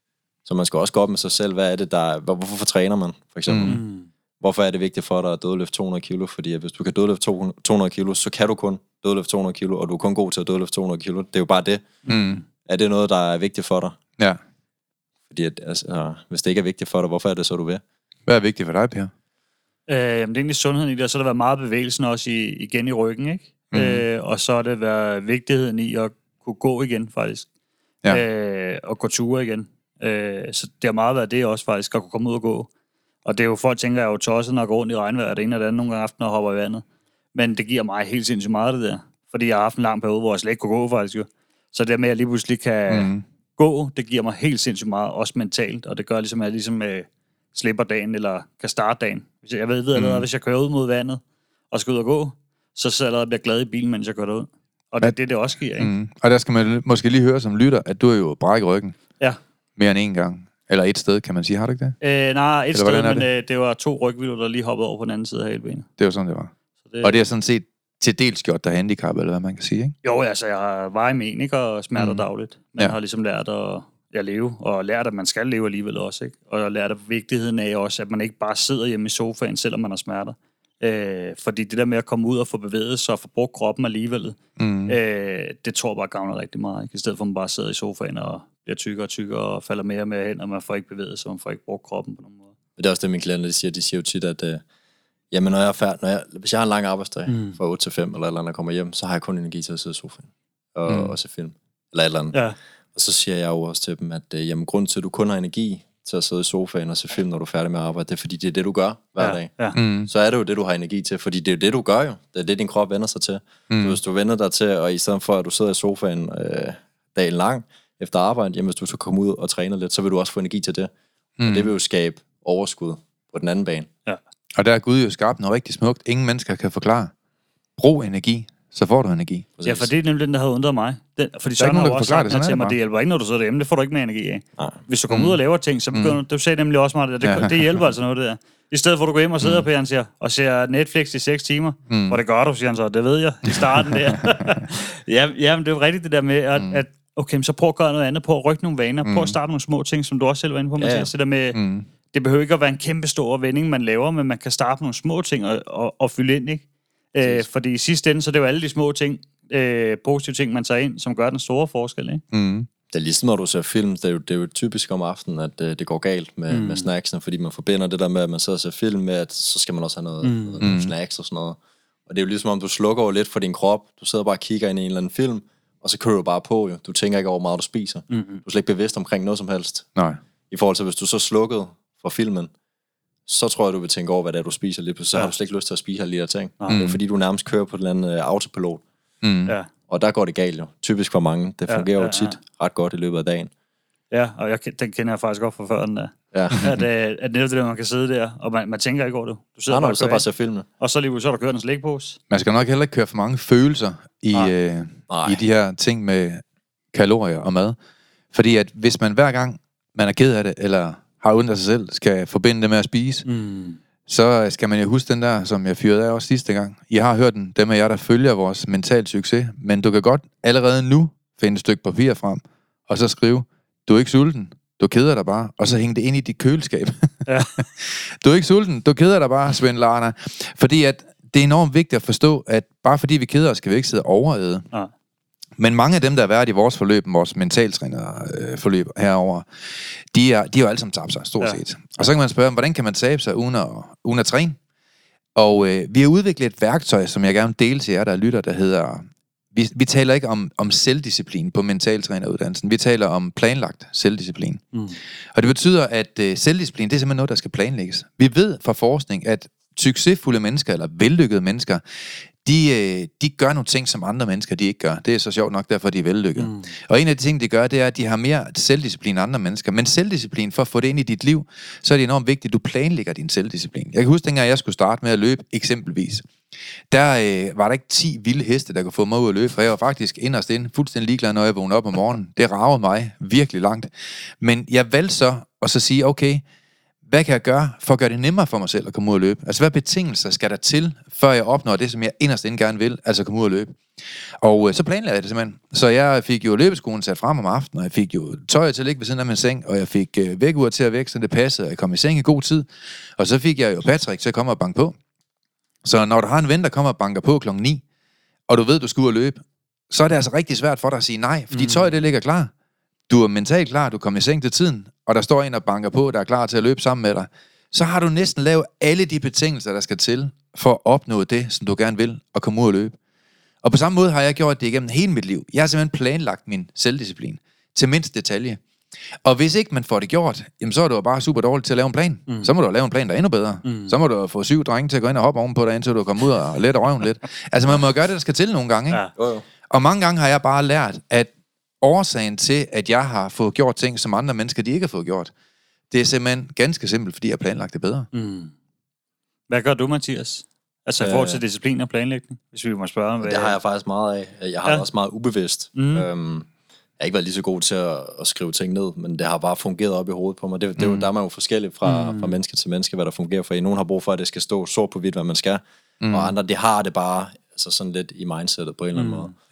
Så man skal også gå op med sig selv, hvad er det, der hvor, hvorfor træner man, for eksempel? Mm. Hvorfor er det vigtigt for dig at dødløfte to hundrede kilo? Fordi hvis du kan dødløfte to hundrede kilo, så kan du kun dødløfte to hundrede kilo, og du er kun god til at dødløfte to hundrede kilo. Det er jo bare det. Mm. Er det noget, der er vigtigt for dig? Ja. Fordi at, altså, hvis det ikke er vigtigt for dig, hvorfor er det så, du vil? Hvad er vigtigt for dig, Per? Øh, jamen, det er egentlig sundheden i det, og så har der været meget bevægelsen også i, igen i ryggen, ikke? Mm. Øh, og så har det været vigtigheden i at kunne gå igen, faktisk. Ja. Øh, og gå ture igen. Øh, så det har meget været det også, faktisk, at kunne komme ud og gå. Og det er jo, folk tænker, jeg er jo tosset, når jeg går rundt i regnvejr, det ene og det andet nogle gange aften og hopper i vandet. Men det giver mig helt sindssygt meget, det der. Fordi jeg har haft en lang periode, hvor jeg slet ikke kunne gå, faktisk jo. Så det med, at jeg lige pludselig kan mm. gå, det giver mig helt sindssygt meget, også mentalt. Og det gør ligesom, at jeg ligesom øh, slipper dagen, eller kan starte dagen. Hvis jeg, jeg ved, ved allerede, mm. hvis jeg kører ud mod vandet, og skal ud og gå, så så allerede bliver glad i bilen, mens jeg kører derud. Og det er det, det også giver, ikke? Mm. Og der skal man måske lige høre som lytter, at du er jo brækket ryggen. Ja. Mere end en gang. Eller et sted, kan man sige. Har du ikke det? Øh, nej, et Eller sted, men det? Øh, det var to rygvilder, der lige hoppede over på den anden side af hælbenet. Det var sådan, det var. Så det, og det er sådan set til dels gjort der handicap, eller hvad man kan sige, ikke? Jo, altså, jeg har veje men, ikke? Og smerter mm. dagligt. Men ja. har ligesom lært at at leve, og lært, at man skal leve alligevel også, ikke? Og lært af vigtigheden af også, at man ikke bare sidder hjemme i sofaen, selvom man har smerter. Øh, fordi det der med at komme ud og få bevæget sig og få brugt kroppen alligevel, mm. øh, det tror jeg bare gavner rigtig meget, ikke? I stedet for at man bare sidder i sofaen og bliver tykkere og tykkere og falder mere og mere hen, og man får ikke bevæget sig, og man får ikke brugt kroppen på nogen måde. Det er også det, mine klienter de siger. De siger jo tit, at øh, jamen, når jeg er færdig, når jeg, hvis jeg har en lang arbejdsdag mm. fra otte til fem, eller et eller andet, kommer hjem, så har jeg kun energi til at sidde i sofaen og, mm. og se film. Eller et eller andet. Ja. Og så siger jeg jo også til dem, at øh, jamen, grunden til, at du kun har energi til at sidde i sofaen og se film, når du er færdig med at arbejde, det er fordi, det er det, du gør hver ja. dag. Ja. Mm. Så er det jo det, du har energi til, fordi det er jo det, du gør jo. Det er det, din krop vender sig til. Mm. Så hvis du vender dig til, og i stedet for, at du sidder i sofaen øh, dagen lang efter arbejde, jamen hvis du så kommer ud og træner lidt, så vil du også få energi til det. Mm. Og det vil jo skabe overskud på den anden bane. Ja. Og der er Gud jo skabt noget rigtig smukt. Ingen mennesker kan forklare. Brug energi, så får du energi. Præcis. Ja, for det er nemlig den, der havde undret mig. Den, fordi Søren har jo også sagt det, til mig, det hjælper ikke, når du sidder derhjemme. Det får du ikke mere energi af. Nej. Hvis du kommer mm. ud og laver ting, så begynder mm. du sagde nemlig også mig, det, det, ja. det hjælper altså noget, det der. I stedet for at du går hjem og sidder mm. på, han siger, og ser Netflix i seks timer, mm. hvor det gør du, siger han så, det ved jeg, i starten der. ja, ja, men det er jo rigtigt det der med, at, mm. at okay, så prøv at gøre noget andet, prøv at rykke nogle vaner, mm. prøv at starte nogle små ting, som du også selv var inde på, Mathias, ja. det der med, mm. det behøver ikke at være en kæmpe stor vending, man laver, men man kan starte nogle små ting og, og, og fylde ind, ikke? Øh, fordi i sidste ende, så det er jo alle de små ting, øh, positive ting, man tager ind, som gør den store forskel, ikke? Mm. Det er ligesom, når du ser film, det er jo, det er jo typisk om aftenen, at øh, det går galt med, mm. med snacksene, fordi man forbinder det der med, at man sidder og ser film med, at så skal man også have noget, mm. noget, noget snacks og sådan noget. Og det er jo ligesom, om du slukker over lidt for din krop, du sidder bare og kigger ind i en eller anden film, og så kører du bare på, jo. Du tænker ikke over, hvor meget du spiser. Mm. Du er slet ikke bevidst omkring noget som helst. Nej. I forhold til, hvis du så slukkede for filmen, så tror jeg, du vil tænke over, hvad det er, du spiser lidt på. Så ja. har du slet ikke lyst til at spise alle de her ting. Mm. Det er fordi, du nærmest kører på et eller andet uh, autopilot. Mm. Ja. Og der går det galt jo. Typisk for mange. Det fungerer ja, ja, ja. jo tit ret godt i løbet af dagen. Ja, og jeg, den kender jeg faktisk godt fra før den der. Ja. at, at, at netop det der, man kan sidde der, og man, man tænker ikke over det. Du sidder Nej, bare, du sidder bare og ser filmene. Og så lige så er der kørt en slikpose. Man skal nok heller ikke køre for mange følelser i, øh, i de her ting med kalorier og mad. Fordi at hvis man hver gang, man er ked af det, eller har ondt af sig selv, skal forbinde det med at spise, mm. så skal man jo huske den der, som jeg fyrede af også sidste gang. I har hørt den, dem af jer, der følger vores mental succes, men du kan godt allerede nu finde et stykke papir frem, og så skrive, du er ikke sulten, du keder dig bare, og så hænge det ind i dit køleskab. Ja. Du er ikke sulten, du keder dig bare, Svend Larner. Fordi at det er enormt vigtigt at forstå, at bare fordi vi keder os, skal vi ikke sidde og overæde. Ja. Men mange af dem, der har været i vores forløb, vores mentaltrænerforløb herover, de er, de er jo alle sammen tabt sig, stort set. Ja. Og så kan man spørge, hvordan kan man tabe sig uden at, uden at træne? Og øh, vi har udviklet et værktøj, som jeg gerne vil dele til jer, der lytter, der hedder... Vi, vi taler ikke om, om selvdisciplin på mentaltræneruddannelsen. Vi taler om planlagt selvdisciplin. Mm. Og det betyder, at øh, selvdisciplin, det er simpelthen noget, der skal planlægges. Vi ved fra forskning, at succesfulde mennesker, eller vellykkede mennesker, De, de gør nogle ting, som andre mennesker de ikke gør. Det er så sjovt nok, derfor de er vellykkede. Mm. Og en af de ting, de gør, det er, at de har mere selvdisciplin end andre mennesker. Men selvdisciplin, for at få det ind i dit liv, så er det enormt vigtigt, at du planlægger din selvdisciplin. Jeg kan huske, dengang jeg skulle starte med at løbe, eksempelvis, der øh, var der ikke ti vilde heste, der kunne få mig ud at løbe, for jeg var faktisk inderst inde, fuldstændig ligeglad, når jeg vågnede op om morgenen. Det ragede mig virkelig langt. Men jeg valgte så at så sige, okay, hvad kan jeg gøre for at gøre det nemmere for mig selv at komme ud og løbe? Altså, hvad betingelser skal der til, før jeg opnår det, som jeg inderst inde gerne vil, altså komme ud og løbe? Og øh, så planlagde jeg det simpelthen. Så jeg fik jo løbeskoen sat frem om aftenen, og jeg fik jo tøjet til at ligge ved siden af min seng, og jeg fik øh, vækkeur til at vække, så det passede, og jeg kom i seng i god tid. Og så fik jeg jo Patrick til at komme og banke på. Så når du har en ven, der kommer og banker på klokken ni, og du ved, du skal ud og løbe, så er det altså rigtig svært for dig at sige nej, fordi mm. tøjet det ligger klar. Du er mentalt klar, du kommer i seng til tiden, og der står en og banker på, der er klar til at løbe sammen med dig, så har du næsten lavet alle de betingelser, der skal til, for at opnå det, som du gerne vil, og komme ud og løbe. Og på samme måde har jeg gjort det igennem hele mit liv. Jeg har simpelthen planlagt min selvdisciplin til mindst detalje. Og hvis ikke man får det gjort, jamen så er du bare super dårlig til at lave en plan. Mm. Så må du lave en plan, der er endnu bedre. Mm. Så må du få syv drenge til at gå ind og hoppe ovenpå dig, indtil du kommer ud og lette røven lidt. Altså man må gøre det, der skal til nogle gange, ikke? Ja. Jo, jo. Og mange gange har jeg bare lært, at årsagen til, at jeg har fået gjort ting, som andre mennesker, de ikke har fået gjort, det er simpelthen ganske simpelt, fordi jeg har planlagt det bedre. Mm. Hvad gør du, Mathias? Altså i forhold til disciplin og planlægning, hvis vi må spørge. Hvad... Det har jeg faktisk meget af. Jeg har ja. også meget ubevidst. Mm. Øhm, jeg har ikke været lige så god til at, at skrive ting ned, men det har bare fungeret op i hovedet på mig. Det, det, mm. Der er man jo forskellig fra, mm. fra menneske til menneske, hvad der fungerer for en. Nogen har brug for, at det skal stå sort på hvidt, hvad man skal, mm. og andre, det har det bare altså sådan lidt i mindsetet på en eller anden mm. måde. Ja.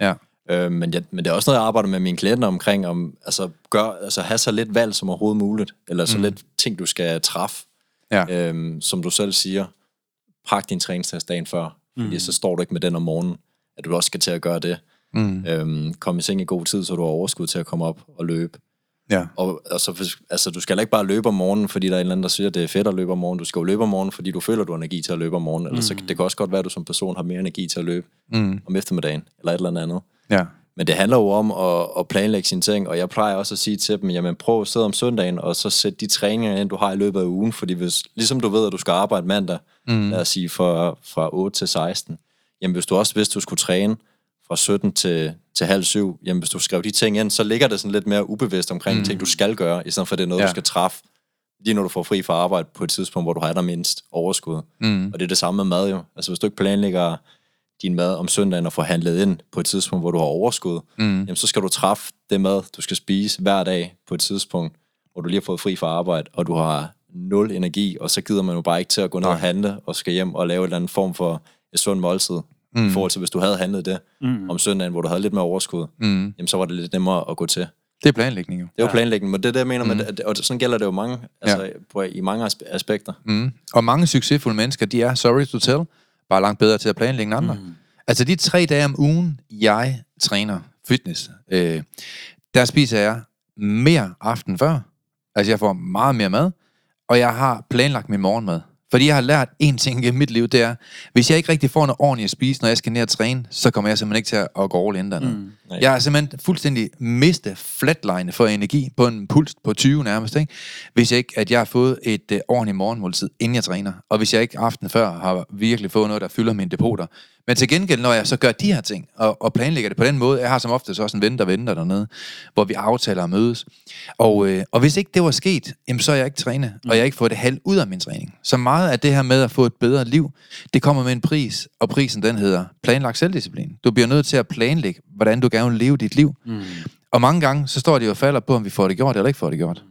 Øh, men, jeg, men det er også noget, jeg arbejder med mine klienter omkring, om altså, gør, altså have så lidt valg som overhovedet muligt, eller så mm. lidt ting, du skal træffe. Ja. Øhm, som du selv siger, pak din træningstest dagen før, mm. fordi så står du ikke med den om morgenen, at du også skal til at gøre det. Mm. Øhm, kom i seng i god tid, så du har overskud til at komme op og løbe. Ja. Og altså, altså, du skal ikke bare løbe om morgenen, fordi der er en eller anden, der siger, at det er fedt at løbe om morgenen. Du skal jo løbe om morgenen, fordi du føler, du har energi til at løbe om morgenen. Mm. Eller så det kan også godt være, at du som person har mere energi til at løbe mm. om eftermiddagen, eller et eller andet. Ja. Men det handler jo om at, at planlægge sine ting, og jeg plejer også at sige til dem, jamen prøv at sidde om søndagen, og så sæt de træninger ind, du har i løbet af ugen, fordi hvis, ligesom du ved, at du skal arbejde mandag, mm. lad os sige fra, fra otte til seksten, jamen hvis du også vidste, at du skulle træne fra sytten til, til halv syv, jamen hvis du skrev de ting ind, så ligger det sådan lidt mere ubevidst omkring mm. ting, du skal gøre, i stedet for det er noget, ja. du skal træffe, lige når du får fri fra arbejde på et tidspunkt, hvor du har der mindst overskud. Mm. Og det er det samme med mad jo. Altså hvis du ikke planlægger din mad om søndagen og får handlet ind på et tidspunkt, hvor du har overskud, mm. jamen så skal du træffe det mad, du skal spise hver dag på et tidspunkt, hvor du lige har fået fri fra arbejde, og du har nul energi, og så gider man jo bare ikke til at gå ned og handle, og skal hjem og lave en eller anden form for et sund måltid. Mm. I forhold til, hvis du havde handlet det mm. om søndagen, hvor du havde lidt mere overskud, mm. jamen så var det lidt nemmere at gå til. Det er planlægning jo. Det er jo planlægning, men det er det, jeg mener mm. med det, og sådan gælder det jo mange, altså, ja. på, i mange aspekter. Mm. Og mange succesfulde mennesker, de er, sorry to tell, bare langt bedre til at planlægge end andre. Mm. Altså de tre dage om ugen, jeg træner fitness, øh, der spiser jeg mere aften før. Altså jeg får meget mere mad, og jeg har planlagt min morgenmad. Fordi jeg har lært en ting i mit liv, det er, hvis jeg ikke rigtig får noget ordentligt at spise, når jeg skal ned og træne, så kommer jeg simpelthen ikke til at gå all in dernede. Mm. Jeg har simpelthen fuldstændig mistet flatline for energi på en puls på tyve nærmest, ikke? Hvis jeg ikke, at jeg har fået et uh, ordentligt morgenmåltid, inden jeg træner. Og hvis jeg ikke aften før har virkelig fået noget, der fylder mine depoter. Men til gengæld, når jeg så gør de her ting, og, og planlægger det på den måde, jeg har som ofte så også en ven, der venter dernede, hvor vi aftaler at mødes. Og, øh, og hvis ikke det var sket, jamen, så er jeg ikke trænet, og jeg har ikke fået det halvt ud af min træning. Så meget af det her med at få et bedre liv, det kommer med en pris, og prisen den hedder planlagt selvdisciplin. Du bliver nødt til at planlægge, hvordan du gerne vil leve dit liv. Mm. Og mange gange, så står det jo og falder på, om vi får det gjort eller ikke får det gjort.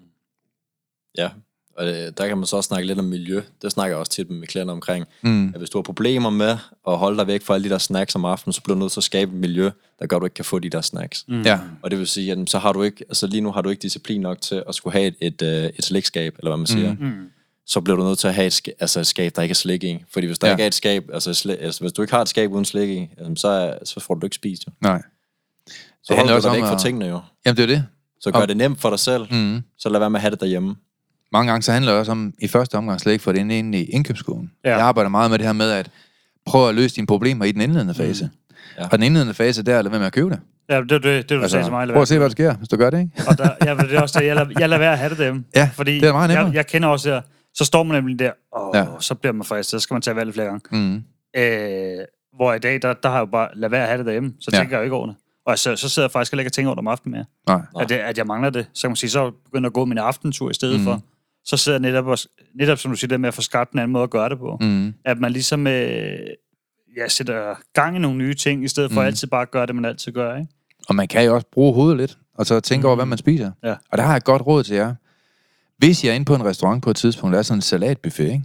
Ja. Og der kan man så også snakke lidt om miljø. Det snakker jeg også tit med mine klienter omkring. Mm. At hvis du har problemer med at holde dig væk fra alle de der snacks om aftenen, så bliver du nødt til at skabe et miljø, der gør, at du ikke kan få de der snacks. Mm. Ja. Og det vil sige, at så har du ikke, altså lige nu har du ikke disciplin nok til at skulle have et, et, et, et slikskab, eller hvad man siger. Mm. Så bliver du nødt til at have et, sk- altså et skab, der ikke er slik i. Fordi hvis der ja. ikke er et skab, altså, sli- altså hvis du ikke har et skab uden slik i, så, så får du ikke spist jo. Nej. Så holder du dig væk fra tingene jo. Jamen det er det. Så gør og... det nemt for dig selv, mm. så lad være med at have det derhjemme. Mange gange så handler det også om, i første omgang slet ikke for det inde i indkøbsskolen. Ja. Jeg arbejder meget med det her med, at prøve at løse dine problemer i den indledende fase. Mm. Ja. Og den indledende fase, der er at lade være med at købe det. Ja, det er det, det, du altså, sagde til mig. Prøv at se, hvad der sker, hvis du gør det, ikke? Og der, ja, det er også det, jeg lader, jeg lader være at have det dem. Ja, fordi det er meget nemmere. Jeg, jeg kender også der, så står man nemlig der, og ja. så bliver man fristet, så skal man tage valget flere gange. Mm. Øh, hvor i dag, der, der har jeg jo bare ladet være at have det derhjemme, så tænker ja. jeg jo ikke over det. Og så, så sidder jeg faktisk heller ikke og tænker over det om aftenen mere. Nej. At, det, at jeg mangler det. Så kan man sige, så begynder jeg at gå min aftentur i stedet mm. for. Så sidder jeg netop, netop som du siger, det med at få skabt en anden måde at gøre det på. Mm. At man ligesom øh, ja, sætter gang i nogle nye ting, i stedet for mm. altid bare at gøre det, man altid gør, ikke? Og man kan jo også bruge hovedet lidt, og så tænke mm. over, hvad man spiser. Ja. Og der har jeg et godt råd til jer. Hvis jeg er inde på en restaurant på et tidspunkt, der er sådan en salatbuffet, ikke?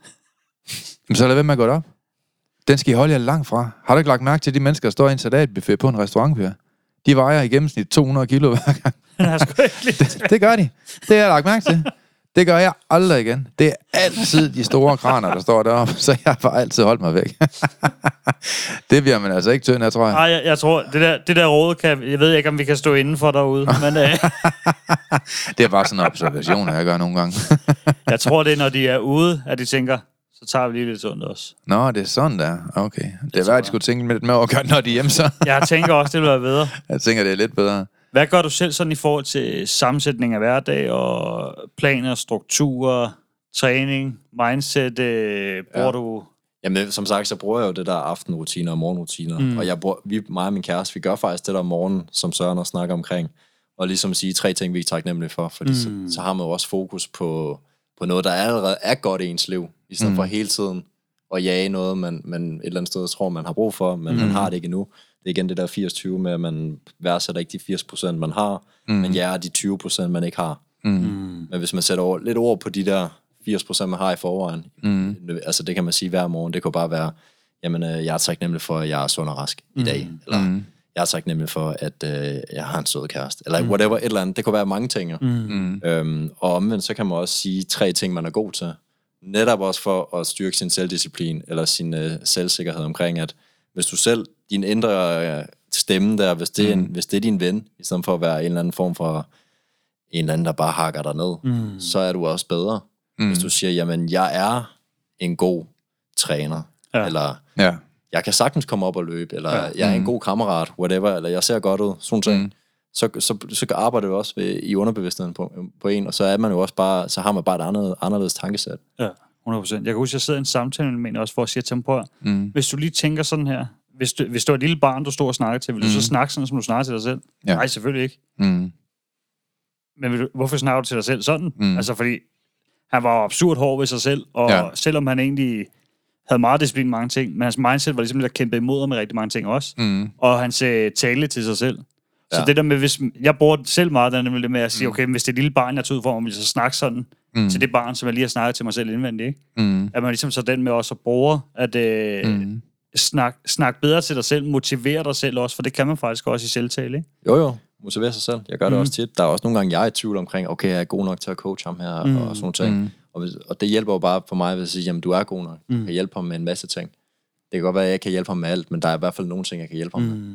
Så lad være med at gå op. Den skal I holde jer langt fra. Har du ikke lagt mærke til de mennesker, der står i en salatbuffet på en restaurant, Per? De vejer i gennemsnit to hundrede kilo hver gang. det, det gør de. Det har jeg lagt mærke til. Det gør jeg aldrig igen. Det er altid de store kraner, der står deroppe, så jeg har altid holdt mig væk. Det bliver man altså ikke tynd af, tror jeg. Nej, jeg, jeg tror, det der, det der råd kan... Jeg ved ikke, om vi kan stå indenfor derude, men... Øh. Det er bare sådan en observation, jeg gør nogle gange. Jeg tror, det er, når de er ude, at de tænker, så tager vi lige lidt sundt også. Nå, det er sådan der. Okay. Det er værd, at de skulle tænke lidt mere over, gør, når de er hjemme så. Jeg tænker også, det vil være bedre. Jeg tænker, det er lidt bedre. Hvad gør du selv sådan i forhold til sammensætning af hverdag og planer, strukturer, træning, mindset? Øh, bruger ja. du... Jamen, som sagt, så bruger jeg jo det der aftenrutiner og morgenrutiner. Mm. Og jeg bruger, vi, mig og min kæreste, vi gør faktisk det der om morgenen, som Søren også snakker omkring. Og ligesom sige tre ting, vi er taknemmelige for. Fordi mm. så, så har man jo også fokus på, på noget, der allerede er godt i ens liv. I stedet mm. for hele tiden at jage noget, man, man et eller andet sted tror, man har brug for, men mm. man har det ikke endnu. Det er igen det der firs tyve med, at man værdsætter ikke de firs procent, man har, mm. men ja, de tyve procent, man ikke har. Mm. Men hvis man sætter over, lidt ord på de der firs procent, man har i forvejen, mm. altså det kan man sige hver morgen, det kan bare være, jamen, jeg er taknemmelig for, at jeg er sund og rask mm. i dag, eller mm. jeg er taknemmelig for, at øh, jeg har en sød kæreste, eller mm. whatever, et eller andet. Det kunne være mange ting. Mm. Øhm, og omvendt, så kan man også sige tre ting, man er god til. Netop også for at styrke sin selvdisciplin, eller sin øh, selvsikkerhed omkring, at hvis du selv, din indre øh, stemme der, hvis det, er en, mm. hvis det er din ven, i stedet for at være en eller anden form for en eller anden, der bare hakker dig ned, mm. så er du også bedre. Mm. Hvis du siger, jamen, jeg er en god træner, ja. eller ja. jeg kan sagtens komme op og løbe, eller ja. jeg er en god kammerat, whatever, eller jeg ser godt ud, sådan ting. Mm. Så, så, så arbejder du også ved, i underbevidstheden på, på en, og så er man jo også bare, så har man bare et andet, anderledes tankesæt. Ja, hundrede procent. Jeg kan huske, jeg sidder i en samtale med en også for at sige til ham på, mm. hvis du lige tænker sådan her, hvis du, hvis du er et lille barn, du står og snakker til, vil du mm. så snakke sådan, som du snakker til dig selv? Ja. Nej, selvfølgelig ikke. Mm. Men du, hvorfor snakker du til dig selv sådan? Mm. Altså, fordi han var absurd hård ved sig selv, og ja. selvom han egentlig havde meget disciplin mange ting, men hans mindset var ligesom lidt at kæmpe imod med rigtig mange ting også. Mm. Og han sagde tale til sig selv. Så ja. det der med, hvis jeg bruger selv meget, der nemlig det med at sige, okay, men hvis det er et lille barn, jeg tog ud for, om vil så snakke sådan mm. til det barn, som jeg lige har snakket til mig selv indvendigt, ikke? Mm. At man ligesom så den med også at bruge, at øh, mm. snak, snak bedre til dig selv, motivere dig selv også, for det kan man faktisk også i selvtale, ikke? Jo, jo. Motivere sig selv. Jeg gør det mm. også tit. Der er også nogle gange, jeg er i tvivl omkring, okay, jeg er god nok til at coache ham her, mm. og sådan nogle ting. Mm. Og, hvis, og det hjælper jo bare for mig, hvis jeg siger, jamen, du er god nok. Mm. Jeg kan hjælpe ham med en masse ting. Det kan godt være, at jeg ikke kan hjælpe ham med alt, men der er i hvert fald nogle ting, jeg kan hjælpe ham mm. med.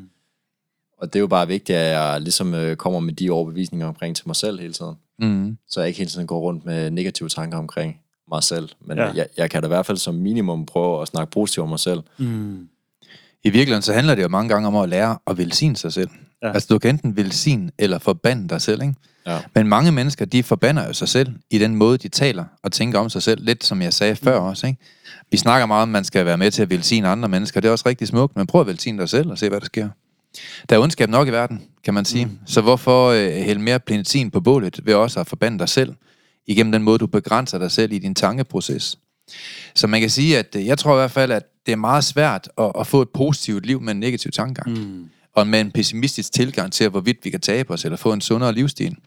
Og det er jo bare vigtigt, at jeg ligesom øh, kommer med de overbevisninger omkring til mig selv hele tiden. Mm. Så jeg ikke hele tiden går rundt med negative tanker omkring mig selv. Men ja. jeg, jeg kan da i hvert fald som minimum prøve at snakke positivt om mig selv. Mm. I virkeligheden så handler det jo mange gange om at lære at velsigne sig selv. Ja. Altså du kan enten velsigne eller forbande dig selv, ikke? Ja. Men mange mennesker, de forbander jo sig selv i den måde, de taler og tænker om sig selv. Lidt som jeg sagde før mm. også, ikke? Vi snakker meget om, at man skal være med til at velsigne andre mennesker. Det er også rigtig smukt, men prøv at velsigne dig selv og se, hvad der sker. Der er ondskab nok i verden, kan man sige. Mm. Så hvorfor øh, hælde mere benzin på bålet ved også at forbande dig selv igennem den måde, du begrænser dig selv i din tankeproces. Så man kan sige, at øh, jeg tror i hvert fald, at det er meget svært at, at få et positivt liv med en negativ tankegang. Mm. Og med en pessimistisk tilgang til, hvorvidt vi kan tabe os eller få en sundere livsstil.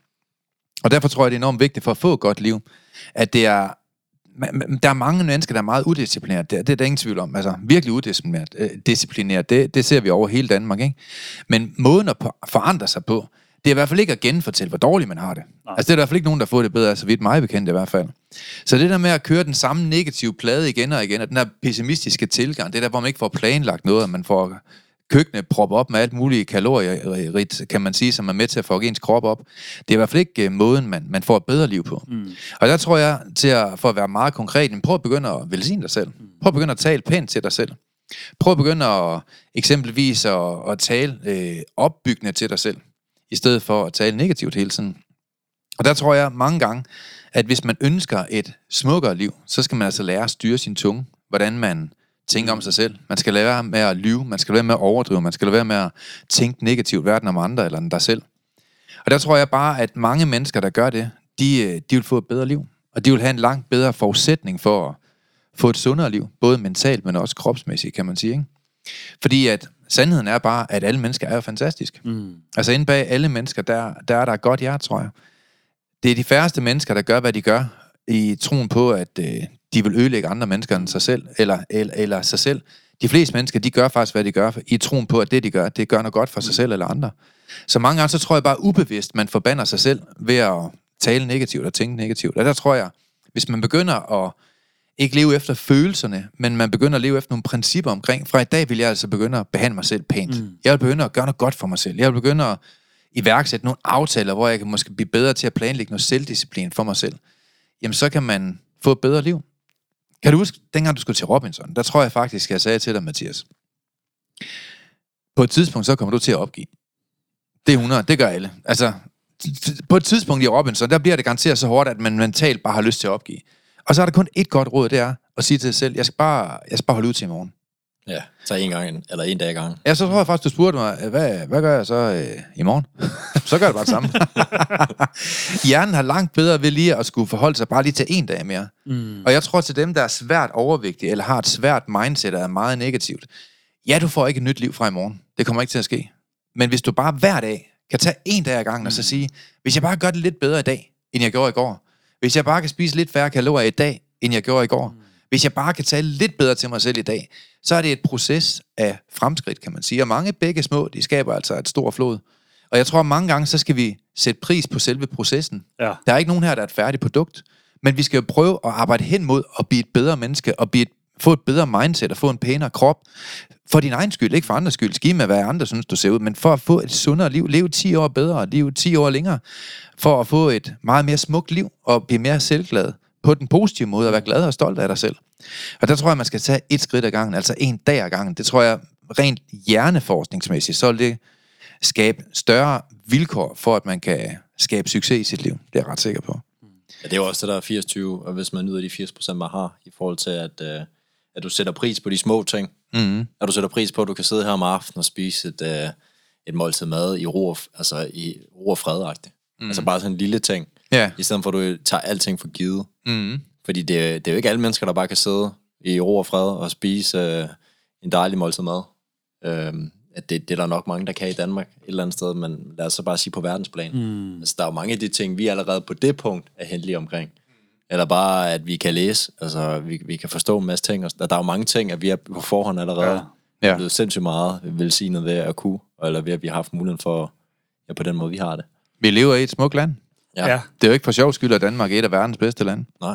Og derfor tror jeg, det er enormt vigtigt for at få et godt liv, at det er der er mange mennesker, der er meget udisciplineret. Det, det er der ingen tvivl om. Altså, virkelig udisciplineret. Øh, disciplineret. Det, det ser vi over hele Danmark, ikke? Men måden at forandre sig på, det er i hvert fald ikke at genfortælle, hvor dårligt man har det. Nej. Altså, det er i hvert fald ikke nogen, der får det bedre, så vidt mig bekendt i hvert fald. Så det der med at køre den samme negative plade igen og igen, og den der pessimistiske tilgang, det er der, hvor man ikke får planlagt noget, og man får køkkenet proppe op med alt mulige kalorierigt, kan man sige, som er med til at få ens krop op. Det er i hvert fald ikke uh, måden, man, man får et bedre liv på. Mm. Og der tror jeg, til at, for at være meget konkret, prøv at begynde at velsigne dig selv. Prøv at begynde at tale pænt til dig selv. Prøv at begynde at eksempelvis at, at tale øh, opbyggende til dig selv, i stedet for at tale negativt hele tiden. Og der tror jeg mange gange, at hvis man ønsker et smukkere liv, så skal man altså lære at styre sin tunge, hvordan man tænke om sig selv. Man skal lade være med at lyve, man skal lade være med at overdrive, man skal lade være med at tænke negativt hverken om andre eller end dig selv. Og der tror jeg bare, at mange mennesker, der gør det, de, de vil få et bedre liv. Og de vil have en langt bedre forudsætning for at få et sundere liv, både mentalt, men også kropsmæssigt, kan man sige, ikke? Fordi at sandheden er bare, at alle mennesker er jo fantastisk. Mm. Altså inde bag alle mennesker, der, der er der et godt hjerte, tror jeg. Det er de færreste mennesker, der gør, hvad de gør, i troen på, at øh, de vil ødelægge andre mennesker end sig selv, eller, eller, eller sig selv. De fleste mennesker, de gør faktisk, hvad de gør, i troen på, at det, de gør, det gør noget godt for sig selv eller andre. Så mange gange, så tror jeg bare ubevidst, man forbander sig selv ved at tale negativt og tænke negativt. Og der tror jeg, hvis man begynder at ikke leve efter følelserne, men man begynder at leve efter nogle principper omkring, fra i dag vil jeg altså begynde at behandle mig selv pænt. Mm. Jeg vil begynde at gøre noget godt for mig selv. Jeg vil begynde at iværksætte nogle aftaler, hvor jeg kan måske blive bedre til at planlægge noget selvdisciplin for mig selv. Jamen, så kan man få et bedre liv. Kan du huske, dengang du skulle til Robinson, der tror jeg faktisk, jeg sagde til dig, Mathias, på et tidspunkt, så kommer du til at opgive. Det er hundrede, det gør alle. Altså, på et tidspunkt i Robinson, der bliver det garanteret så hårdt, at man mentalt bare har lyst til at opgive. Og så er der kun et godt råd, det er at sige til dig selv, jeg skal bare, jeg skal bare holde ud til i morgen. Ja, så en gang, eller en dag i gang. Ja, så tror jeg faktisk, du spurgte mig, hvad, hvad gør jeg så øh, i morgen? Så gør jeg bare det samme. Hjernen har langt bedre ved lige at skulle forholde sig bare lige til en dag mere. Mm. Og jeg tror til dem, der er svært overvægtige, eller har et svært mindset, der er meget negativt, ja, du får ikke et nyt liv fra i morgen. Det kommer ikke til at ske. Men hvis du bare hver dag kan tage en dag ad gangen, mm. og så sige, hvis jeg bare gør det lidt bedre i dag, end jeg gjorde i går. Hvis jeg bare kan spise lidt færre kalorier i dag, end jeg gjorde i går. Mm. Hvis jeg bare kan tale lidt bedre til mig selv i dag, så er det et proces af fremskridt, kan man sige. Og mange begge små, de skaber altså et stort flod. Og jeg tror, at mange gange, så skal vi sætte pris på selve processen. Ja. Der er ikke nogen her, der er et færdigt produkt. Men vi skal jo prøve at arbejde hen mod at blive et bedre menneske, og blive et, få et bedre mindset, og få en pænere krop. For din egen skyld, ikke for andres skyld. Skid med, hvad andre synes, du ser ud. Men for at få et sundere liv. Leve ti år bedre, leve ti år længere. For at få et meget mere smukt liv, og blive mere selvglad. På den positive måde, at være glad og stolt af dig selv. Og der tror jeg, man skal tage et skridt ad gangen, altså en dag ad gangen. Det tror jeg, rent hjerneforskningsmæssigt, så vil det skabe større vilkår for, at man kan skabe succes i sit liv. Det er jeg ret sikker på. Ja, det er jo også det der firs tyve, og hvis man nyder de firs procent, man har, i forhold til, at, øh, at du sætter pris på de små ting. Mm-hmm. At du sætter pris på, at du kan sidde her om aftenen og spise et, øh, et måltid mad i ro og, altså i ro og fredagtigt. Mm. Altså bare sådan en lille ting. Ja. I stedet for, at du tager alting for givet. Mm-hmm. Fordi det, det er jo ikke alle mennesker, der bare kan sidde i ro og fred og spise øh, en dejlig måltid mad. Øh, at det, det er der nok mange, der kan i Danmark et eller andet sted, men lad os så bare sige på verdensplan. Mm. Altså, der er jo mange af de ting, vi allerede på det punkt er heldige omkring. Eller bare, at vi kan læse, altså vi, vi kan forstå en masse ting. Og der er jo mange ting, at vi er på forhånd allerede. Ja. Ja. Det er sindssygt meget velsignet ved at kunne, eller ved at vi har haft muligheden for, ja, på den måde, vi har det. Vi lever i et smukt land. Ja. Ja. Det er jo ikke for sjov skyld, at Danmark er et af verdens bedste lande. Nej.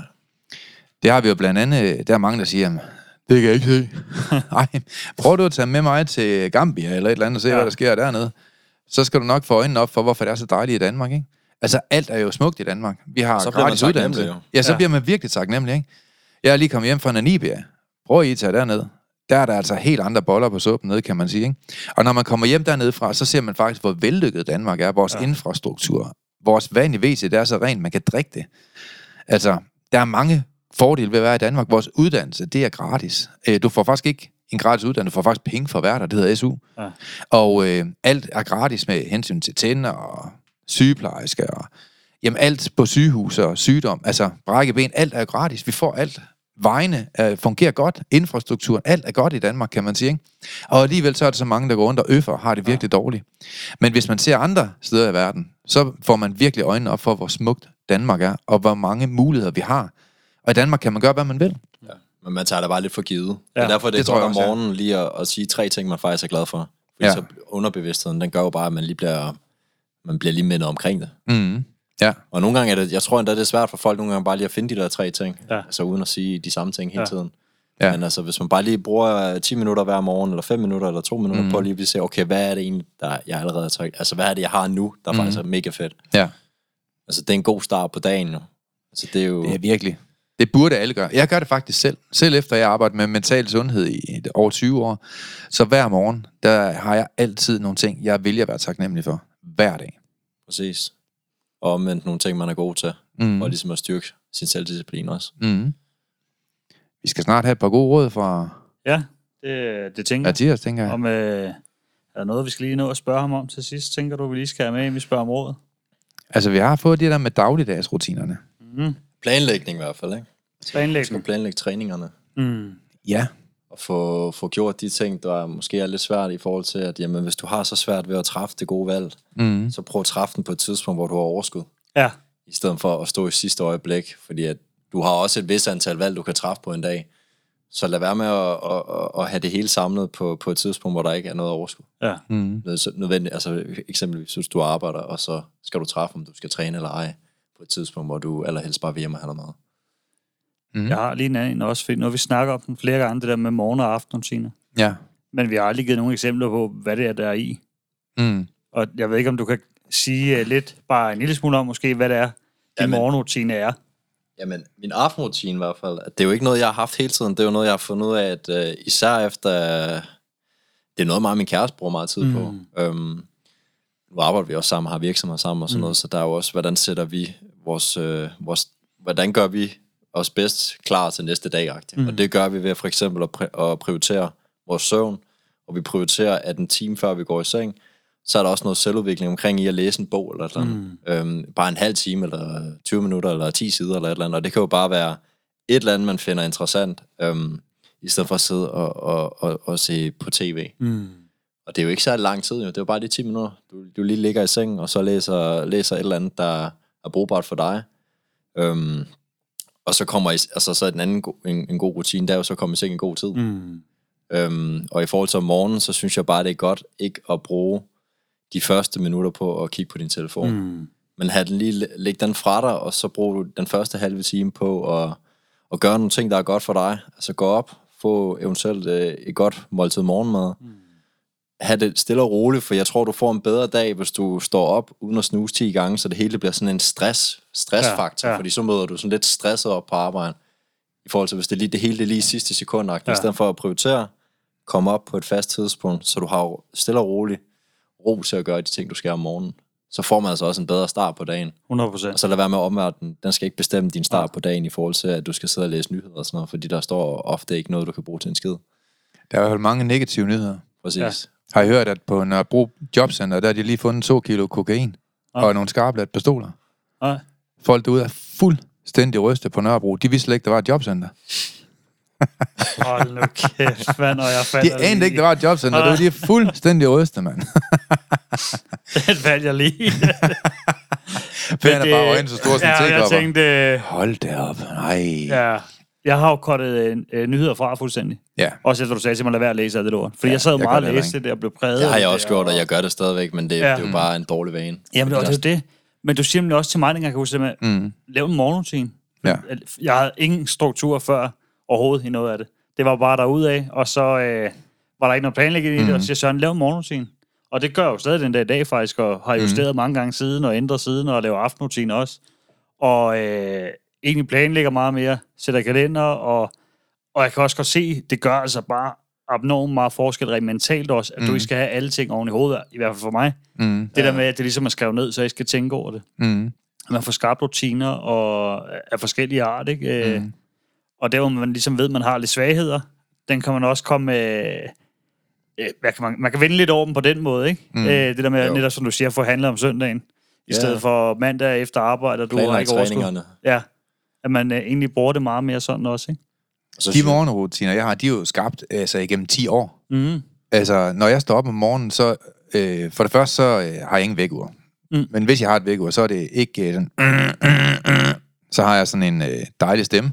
Det har vi jo blandt andet, der er mange, der siger, det kan jeg ikke se. Nej, prøv du at tage med mig til Gambia eller et eller andet og se, ja. hvad der sker dernede. Så skal du nok få øjnene op for, hvorfor det er så dejligt i Danmark, ikke? Altså, alt er jo smukt i Danmark. Vi har så gratis uddannelse. Ja, så ja. bliver man virkelig taknemmelig, ikke? Jeg er lige kommet hjem fra Namibia. Prøv I tage derned. Der er der altså helt andre boller på suppen nede, kan man sige, ikke? Og når man kommer hjem dernede fra, så ser man faktisk, hvor vellykket Danmark er. Vores ja. infrastruktur, vores vand i W C, det er så rent, man kan drikke det. Altså, der er mange fordele ved at være i Danmark. Vores uddannelse, det er gratis. Du får faktisk ikke en gratis uddannelse, du får faktisk penge for hver der, det hedder S U. Ja. Og øh, alt er gratis med hensyn til tænder og sygeplejersker og jamen alt på sygehus og sygdom, altså brække ben, alt er gratis. Vi får alt. Vejene øh, fungerer godt, infrastrukturen, alt er godt i Danmark, kan man sige, ikke? Og alligevel så er der så mange, der går rundt og øffer, har det virkelig ja. dårligt. Men hvis man ser andre steder i verden, så får man virkelig øjnene op for, hvor smukt Danmark er, og hvor mange muligheder vi har. Og i Danmark kan man gøre, hvad man vil. Ja, men man tager det bare lidt for givet. Ja. Det er derfor, det, det er godt om også, morgenen ja. lige at, at sige tre ting, man faktisk er glad for. Fordi ja. så underbevidstheden, den gør jo bare, at man lige bliver, man bliver lige mindet omkring det. Mm. Ja. Og nogle gange er det, jeg tror endda, det er svært for folk nogle gange bare lige at finde de der tre ting. Ja. Altså uden at sige de samme ting hele ja. tiden. Ja. Men altså, hvis man bare lige bruger ti minutter hver morgen, eller fem minutter, eller to minutter, mm. på at lige se, okay, hvad er det egentlig, der jeg allerede har trykt? Altså, hvad er det, jeg har nu, der mm. faktisk er mega fedt? Ja. Altså, det er en god start på dagen nu. Altså, det er jo... Det er virkelig. Det burde alle gøre. Jeg gør det faktisk selv. Selv efter jeg arbejder med mental sundhed i over tyve år. Så hver morgen, der har jeg altid nogle ting, jeg vil være taknemmelig for. Hver dag. Præcis. Og omvendt nogle ting, man er god til. Mm. Og ligesom at styrke sin selvdisciplin også. Mm. Vi skal snart have et par gode råd fra... Ja, det, det tænker jeg. Mathias, tænker jeg. Om, øh, er der noget, vi skal lige nå at spørge ham om til sidst? Tænker du, vi lige skal have med, vi spørger om råd? Altså, vi har fået det der med dagligdagsrutinerne. Mm. Planlægning i hvert fald, ikke? Planlægning. Skal planlægge træningerne. Mm. Ja. Og få, få gjort de ting, der måske er lidt svært i forhold til, at jamen, hvis du har så svært ved at træffe det gode valg, mm. så prøv at træffe den på et tidspunkt, hvor du har overskud. Ja. I stedet for at stå i sidste øjeblik, fordi at du har også et vis antal valg, du kan træffe på en dag. Så lad være med at, at, at have det hele samlet på, på et tidspunkt, hvor der ikke er noget overskud. Ja. Mm. Nødvendigt, altså eksempelvis, hvis du arbejder, og så skal du træffe, om du skal træne eller ej, på et tidspunkt, hvor du allerhelst bare vil hjem og have noget mad. Mm. Jeg har lige en anden også, fordi nu vi snakker om den flere gange, det der med morgen- og aftenrutiner. Ja. Men vi har aldrig givet nogle eksempler på, hvad det er, der er i. Mm. Og jeg ved ikke, om du kan sige uh, lidt, bare en lille smule om måske, hvad det er, din Jamen. morgenrutine er. Jamen, min aftenrutine i hvert fald, det er jo ikke noget, jeg har haft hele tiden. Det er jo noget, jeg har fundet ud af, at uh, især efter... Uh, det er noget, meget min kæreste bruger meget tid mm. på. Um, nu arbejder vi også sammen, har virksomheder sammen og sådan mm. noget, så der er jo også, hvordan sætter vi vores... Uh, vores hvordan gør vi os bedst klar til næste dag? Mm. Og det gør vi ved for eksempel at, præ- at prioritere vores søvn, og vi prioriterer, at en time før vi går i seng, så er der også noget selvudvikling omkring i at læse en bog, eller et eller andet. Mm. Øhm, bare en halv time, eller tyve minutter, eller ti sider, eller et eller andet. Og det kan jo bare være et eller andet, man finder interessant, øhm, i stedet for at sidde og, og, og, og se på tv. Mm. Og det er jo ikke så lang tid, jo. Det er jo bare de ti minutter. Du, du lige ligger i sengen, og så læser, læser et eller andet, der er brugbart for dig. Øhm, Og så kommer I, altså så en anden go- en, en god rutine, der er jo så at komme i seng en god tid. Mm. Øhm, og i forhold til om morgenen, så synes jeg bare, det er godt ikke at bruge de første minutter på at kigge på din telefon. Mm. Men have den lige, læg den fra dig, og så bruger du den første halve time på at, at gøre nogle ting, der er godt for dig. Altså gå op, få eventuelt øh, et godt måltid morgenmad. Mm. Ha' det stille og roligt, for jeg tror, du får en bedre dag, hvis du står op uden at snuse ti gange, så det hele bliver sådan en stress, stressfaktor, ja, ja. Fordi så møder du sådan lidt stresset op på arbejde, i forhold til, hvis det, lige, det hele det lige sidste sekund, ja. I stedet for at prioritere, komme op på et fast tidspunkt, så du har stille og roligt ro til at gøre de ting, du skal om morgenen. Så får man altså også en bedre start på dagen. hundrede procent. Og så lad være med at omverdenen. Den skal ikke bestemme din start ja. På dagen i forhold til, at du skal sidde og læse nyheder og sådan noget, fordi der står ofte ikke noget, du kan bruge til en skid. Der er jo mange negative nyheder. Præcis. Ja. Har I hørt, at på Nørrebro Jobcenter, der har de lige fundet to kilo kokain ja. Og nogle skarplat pistoler? Ja. Folk derude er fuldstændig rystet på Nørrebro. De vidste slet ikke, der var et jobcenter. Hold nu kæft, mand, og jeg falder De anede ikke, der var et jobcenter. Ja. De er fuldstændig rystet, mand. Det faldt jeg lige. Færen er bare øjne så store som ja, jeg tænkte... Hold det op, nej. Ja, jeg har jo kortet øh, nyheder fra fuldstændig. Ja. Også efter du sagde til mig, lad være at læse af det ord. Fordi ja, jeg sad jo meget og læste det, og blev præget. Det har jeg også det, gjort, og og jeg gør det stadigvæk, men det, ja. Det er jo bare en dårlig vane. Jamen, det er jo det. Men du siger nemlig også til mig, at jeg kan huske, at mm. lave en morgenrutine. Ja. Jeg havde ingen struktur før overhovedet i noget af det. Det var bare derudad, og så øh, var der ikke noget planlægning i det, mm. og så siger Søren, lav en morgenrutine. Og det gør jeg jo stadig den der dag faktisk, og har justeret mm. mange gange siden, og ændret siden, og laver aftenrutine også. Og øh, egentlig planlægger meget mere, sætter kalender, og, og jeg kan også godt se, det gør altså bare abnormt meget forskel rent mentalt også, at mm. du ikke skal have alle ting oven i hovedet, i hvert fald for mig. Mm. Det der med, at det ligesom er skrevet ned, så jeg skal tænke over det. Mm. Man får skabt rutiner og af forskellige art, ikke? Mm. Og der, hvor man ligesom ved, at man har lidt svagheder, den kan man også komme med... Øh, man, kan, man, man kan vende lidt over dem på den måde, ikke? Mm. Øh, det der med, jo. Netop som du siger, at få handlet om søndagen, i ja. Stedet for mandag efter arbejde, og du har ikke overskud. Ja, at man øh, egentlig bruger det meget mere sådan også, ikke? Så de morgenrutiner, jeg har, de er jo skabt altså, igennem ti år. Mm. Altså, når jeg står op om morgenen, så... Øh, for det første, så øh, har jeg ingen vækkeur. Mm. Men hvis jeg har et vækkeur, så er det ikke øh, den... Så har jeg sådan en øh, dejlig stemme,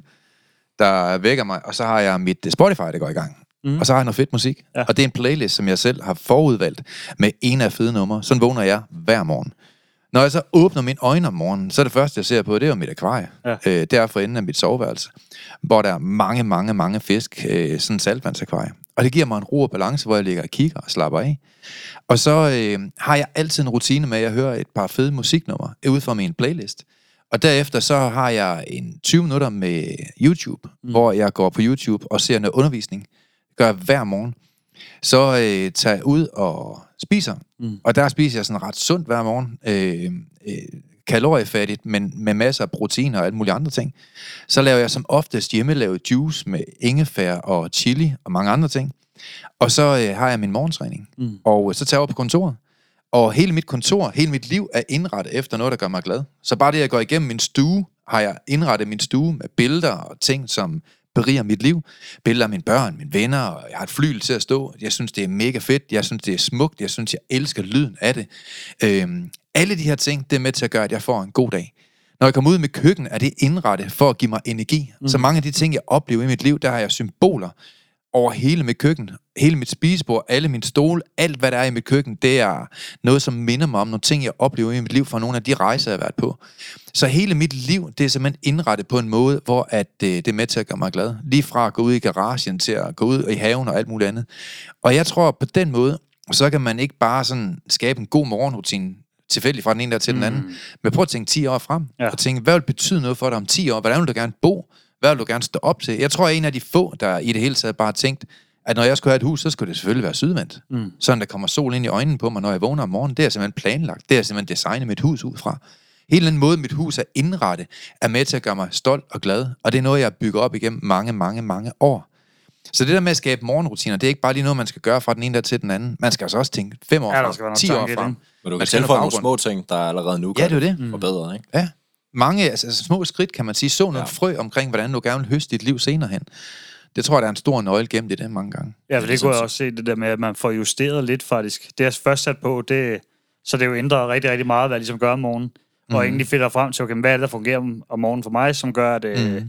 der vækker mig, og så har jeg mit Spotify, der går i gang. Mm. Og så har jeg noget fedt musik. Ja. Og det er en playlist, som jeg selv har forudvalgt med en af fede numre. Sådan vågner jeg hver morgen. Når jeg så åbner mine øjne om morgenen, så er det første, jeg ser på, det er mit akvarie. Ja. Øh, det er for enden af mit soveværelse, hvor der er mange, mange, mange fisk. Øh, sådan en saltvandsakvarie. Og det giver mig en ro og balance, hvor jeg ligger og kigger og slapper af. Og så øh, har jeg altid en rutine med, at jeg hører et par fede musiknumre ud fra min playlist. Og derefter så har jeg en tyve minutter med YouTube, mm. hvor jeg går på YouTube og ser noget undervisning. Det gør jeg hver morgen. Så øh, tager jeg ud og spiser. Mm. Og der spiser jeg sådan ret sundt hver morgen. Øh, øh, kaloriefattigt, men med masser af proteiner og alle mulige andre ting. Så laver jeg som oftest hjemmelavet juice med ingefær og chili og mange andre ting. Og så øh, har jeg min morgentræning. Mm. Og så tager jeg over på kontoret. Og hele mit kontor, hele mit liv er indrettet efter noget, der gør mig glad. Så bare det, jeg går igennem min stue, har jeg indrettet min stue med billeder og ting, som beriger mit liv. Billeder af mine børn, mine venner, og jeg har et flyl til at stå. Jeg synes, det er mega fedt. Jeg synes, det er smukt. Jeg synes, jeg elsker lyden af det. Øhm, alle de her ting, det er med til at gøre, at jeg får en god dag. Når jeg kommer ud i mit køkken, er det indrettet for at give mig energi. Mm. Så mange af de ting, jeg oplever i mit liv, der har jeg symboler over hele mit køkken, hele mit spisebord, alle mine stole, alt hvad der er i mit køkken, det er noget, som minder mig om nogle ting, jeg oplever i mit liv fra nogle af de rejser, jeg har været på. Så hele mit liv, det er simpelthen indrettet på en måde, hvor at det, det er med til at gøre mig glad. Lige fra at gå ud i garagen til at gå ud i haven og alt muligt andet. Og jeg tror, på den måde, så kan man ikke bare sådan skabe en god morgenrutine tilfældigt fra den ene der til mm. den anden, men prøv at tænke ti år frem, ja. Og tænke, hvad vil betyde noget for dig om ti år? Hvordan vil du gerne bo? Hvad vil du gerne stå op til? Jeg tror, jeg er en af de få, der i det hele taget bare har tænkt, at når jeg skulle have et hus, så skulle det selvfølgelig være sydvendt. Mm. Sådan, der kommer sol ind i øjnene på mig, når jeg vågner om morgenen. Det er simpelthen planlagt. Det er simpelthen designet mit hus ud fra. Hele den måde, mit hus er indrettet, er med til at gøre mig stolt og glad. Og det er noget, jeg bygger op igennem mange, mange, mange år. Så det der med at skabe morgenrutiner, det er ikke bare lige noget, man skal gøre fra den ene der til den anden. Man skal altså også tænke fem år ja, frem, ti år frem. Men du kan tilføje nogle små ting, der allerede nu gør ja, det, det. For bedre, ikke? Ja. Mange altså, små skridt, kan man sige, så nogle ja. frø omkring, hvordan du gerne vil høste dit liv senere hen. Det tror jeg, der er en stor nøgle gemt i det mange gange. Ja, for det, det kunne jeg også se, det der med, at man får justeret lidt faktisk. Det jeg først sat på, det, så det jo ændrer rigtig, rigtig meget, hvad jeg ligesom gør om morgenen. Mm. Og egentlig finder frem til, okay, hvad er det, der fungerer om morgenen for mig, som gør, at, mm.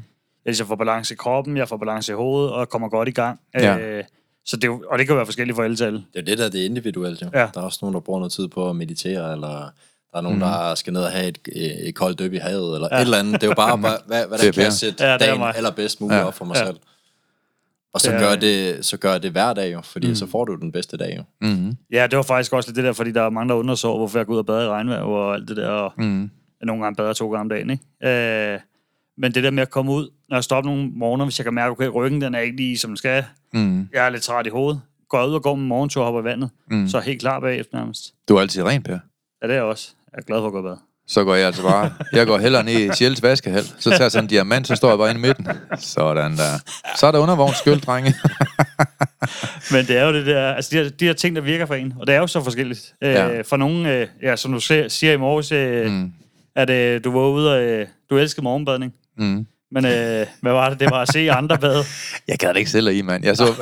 Jeg får balance i kroppen, jeg får balance i hovedet, og kommer godt i gang. Ja. Øh, så det, og det kan være forskelligt for alle til alle. Det er det der, det er individuelt jo. Ja. Der er også nogen, der bruger noget tid på at meditere, eller der er nogen, mm. der skal ned og have et, et koldt dyb i havet, eller ja. et eller andet. Det er jo bare, hvad, hvad der Det kan er sætte Ja, det er dagen mig. allerbedst muligt Ja. op for mig Ja. selv. Og så Det er- gør, det, så gør det hver dag jo, fordi mm. så får du den bedste dag jo. Mm-hmm. Ja, det var faktisk også lidt det der, fordi der er mange, der undrer sig over, hvorfor jeg går ud og bader i regnvejr og alt det der, og Mm. nogle gange bader to gange om dagen, ikke? Øh, men det der med at komme ud, når jeg står op nogle morgener, hvis jeg kan mærke, okay, ryggen den er ikke lige, som den skal, Mm. jeg er lidt træt i hovedet, går jeg ud og går med morgentur og hopper i vandet, Mm. så er jeg helt klar bagefter nærmest. Du er altid ren, Per. Ja, det er jeg også. Jeg er glad for at gå i bad. Så går jeg altså bare... Jeg går hellere ned i Sjælds vaskehal. Så tager jeg sådan en diamant, så står jeg bare inde i midten. Sådan der. Så er der undervogns skyld, drenge. Men det er jo det der, altså de her, de her ting, der virker for en, og det er jo så forskelligt. Ja. Øh, for nogen, øh, ja, som du ser, siger i morges, øh, mm. at øh, du var ude og øh, du elskede morgenbadning. Mm. Men øh, hvad var det? Det var at se andre bade. Jeg gad det ikke selv i, mand. Jeg så...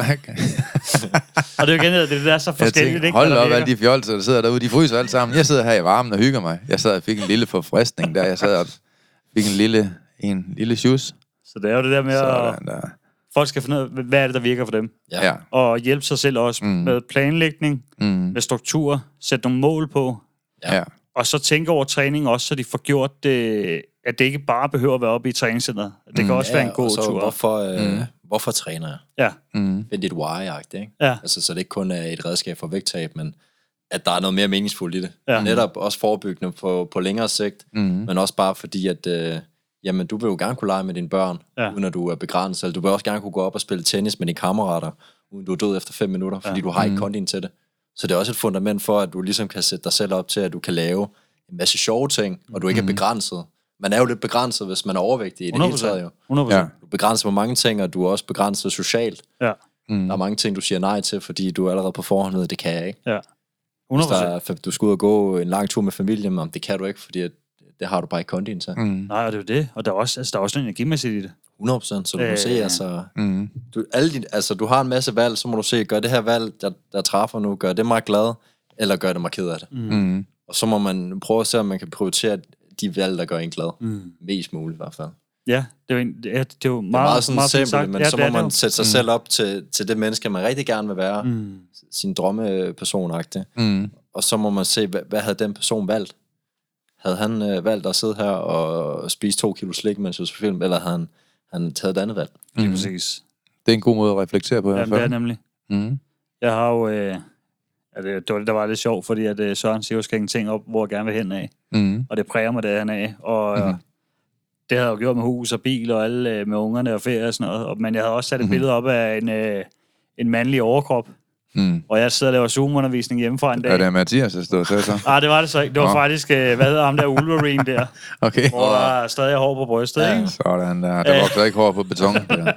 Og det er jo igen, det der er så Jeg forskelligt, tænkte, ikke? hold hvad da der op, alle virker. de fjolser, der sidder derude, de fryser alle sammen. Jeg sidder her i varmen og hygger mig. Jeg sad og fik en lille forfriskning der. Jeg sad og fik en lille, en lille shoes. Så det er jo det der med, at Sådan der. folk skal finde ud af, hvad er det, der virker for dem. Ja. Ja. Og hjælpe sig selv også Mm. mm. med planlægning, Mm. med struktur, sætte nogle mål på, Ja. Ja. og så tænke over træning også, så de får gjort det, at det ikke bare behøver at være oppe i træningscenteret. Det kan Mm. også være en og god så, tur. Hvorfor, øh, Mm. hvorfor træner jeg? Ja, Mm. Det er dit why-agtigt, ikke? ja, Altså, så det ikke kun er et redskab for vægttab, men at der er noget mere meningsfuldt i det. Ja. Netop også forebyggende på, på længere sigt, Mm. men også bare fordi, at øh, jamen, du vil jo gerne kunne lege med dine børn, Ja. uden at du er begrænset. Eller du vil også gerne kunne gå op og spille tennis med dine kammerater, uden du er død efter fem minutter, fordi Ja. du har ikke Mm. kondien til det. Så det er også et fundament for, at du ligesom kan sætte dig selv op til, at du kan lave en masse sjove ting, og du ikke er begrænset. Man er jo lidt begrænset, hvis man er overvægtig i det hele taget jo. hundrede Ja. procent. Du er begrænset på mange ting, og du er også begrænset socialt. Ja, Mm. Der er mange ting, du siger nej til, fordi du allerede på forhånd ved, at det kan jeg ikke. ja. Hvis hundrede der procent. er, du skal ud og gå en lang tur med familien, men det kan du ikke, fordi at det har du bare ikke kondien til. Mm. Nej, og det er jo det. Og der er også, altså, der er også noget energimæssigt i det. hundrede procent, så du må Øh. se, altså... Mm. Du, alle din, altså, du har en masse valg, så må du se, gør det her valg, der, der træffer nu, gør det mig glad, eller gør det mig ked af det. Mm. Og så må man prøve at se, om man kan prioritere de valg, der gør en glad. Mm. Mest muligt i hvert fald. Ja, det er jo, en, det er, det er jo meget, Det er meget sådan meget fint simpelt, sagt. men Ja, så det må er det man jo. sætte sig selv op til, til det menneske, man rigtig gerne vil være. Mm. Sin drømmepersonagtigt. Mm. Og så må man se, hvad, hvad havde den person valgt? Havde han øh, valgt at sidde her og spise to kilo slik, mens jeg så film, eller havde han, han taget et andet valg? Lige Mm. præcis. Det er en god måde at reflektere på i Ja, hvert det er fald. nemlig. Mm. Jeg har jo... Øh, ja, det, det, var, det var lidt sjovt, fordi at, øh, Søren siger jo, skal ting op, hvor jeg gerne vil hen af. Mm. Og det præger mig, det er han af. Og Mhm. øh, det havde jeg jo gjort med hus og bil og alle øh, med ungerne og ferie og sådan noget. Og, men jeg havde også sat et Mhm. billede op af en, øh, en mandlig overkrop. Mm. Og jeg sidder og laver Zoom-undervisning hjemmefra en dag. Er det Mathias, der står så? så? Ah, det var det så ikke. Det var Nå. faktisk, øh, hvad hedder ham der, Wolverine der. Okay. Hvor der er stadig hår på brystet, Ja. ikke? Sådan der. Der vokser ikke hår på beton. Der.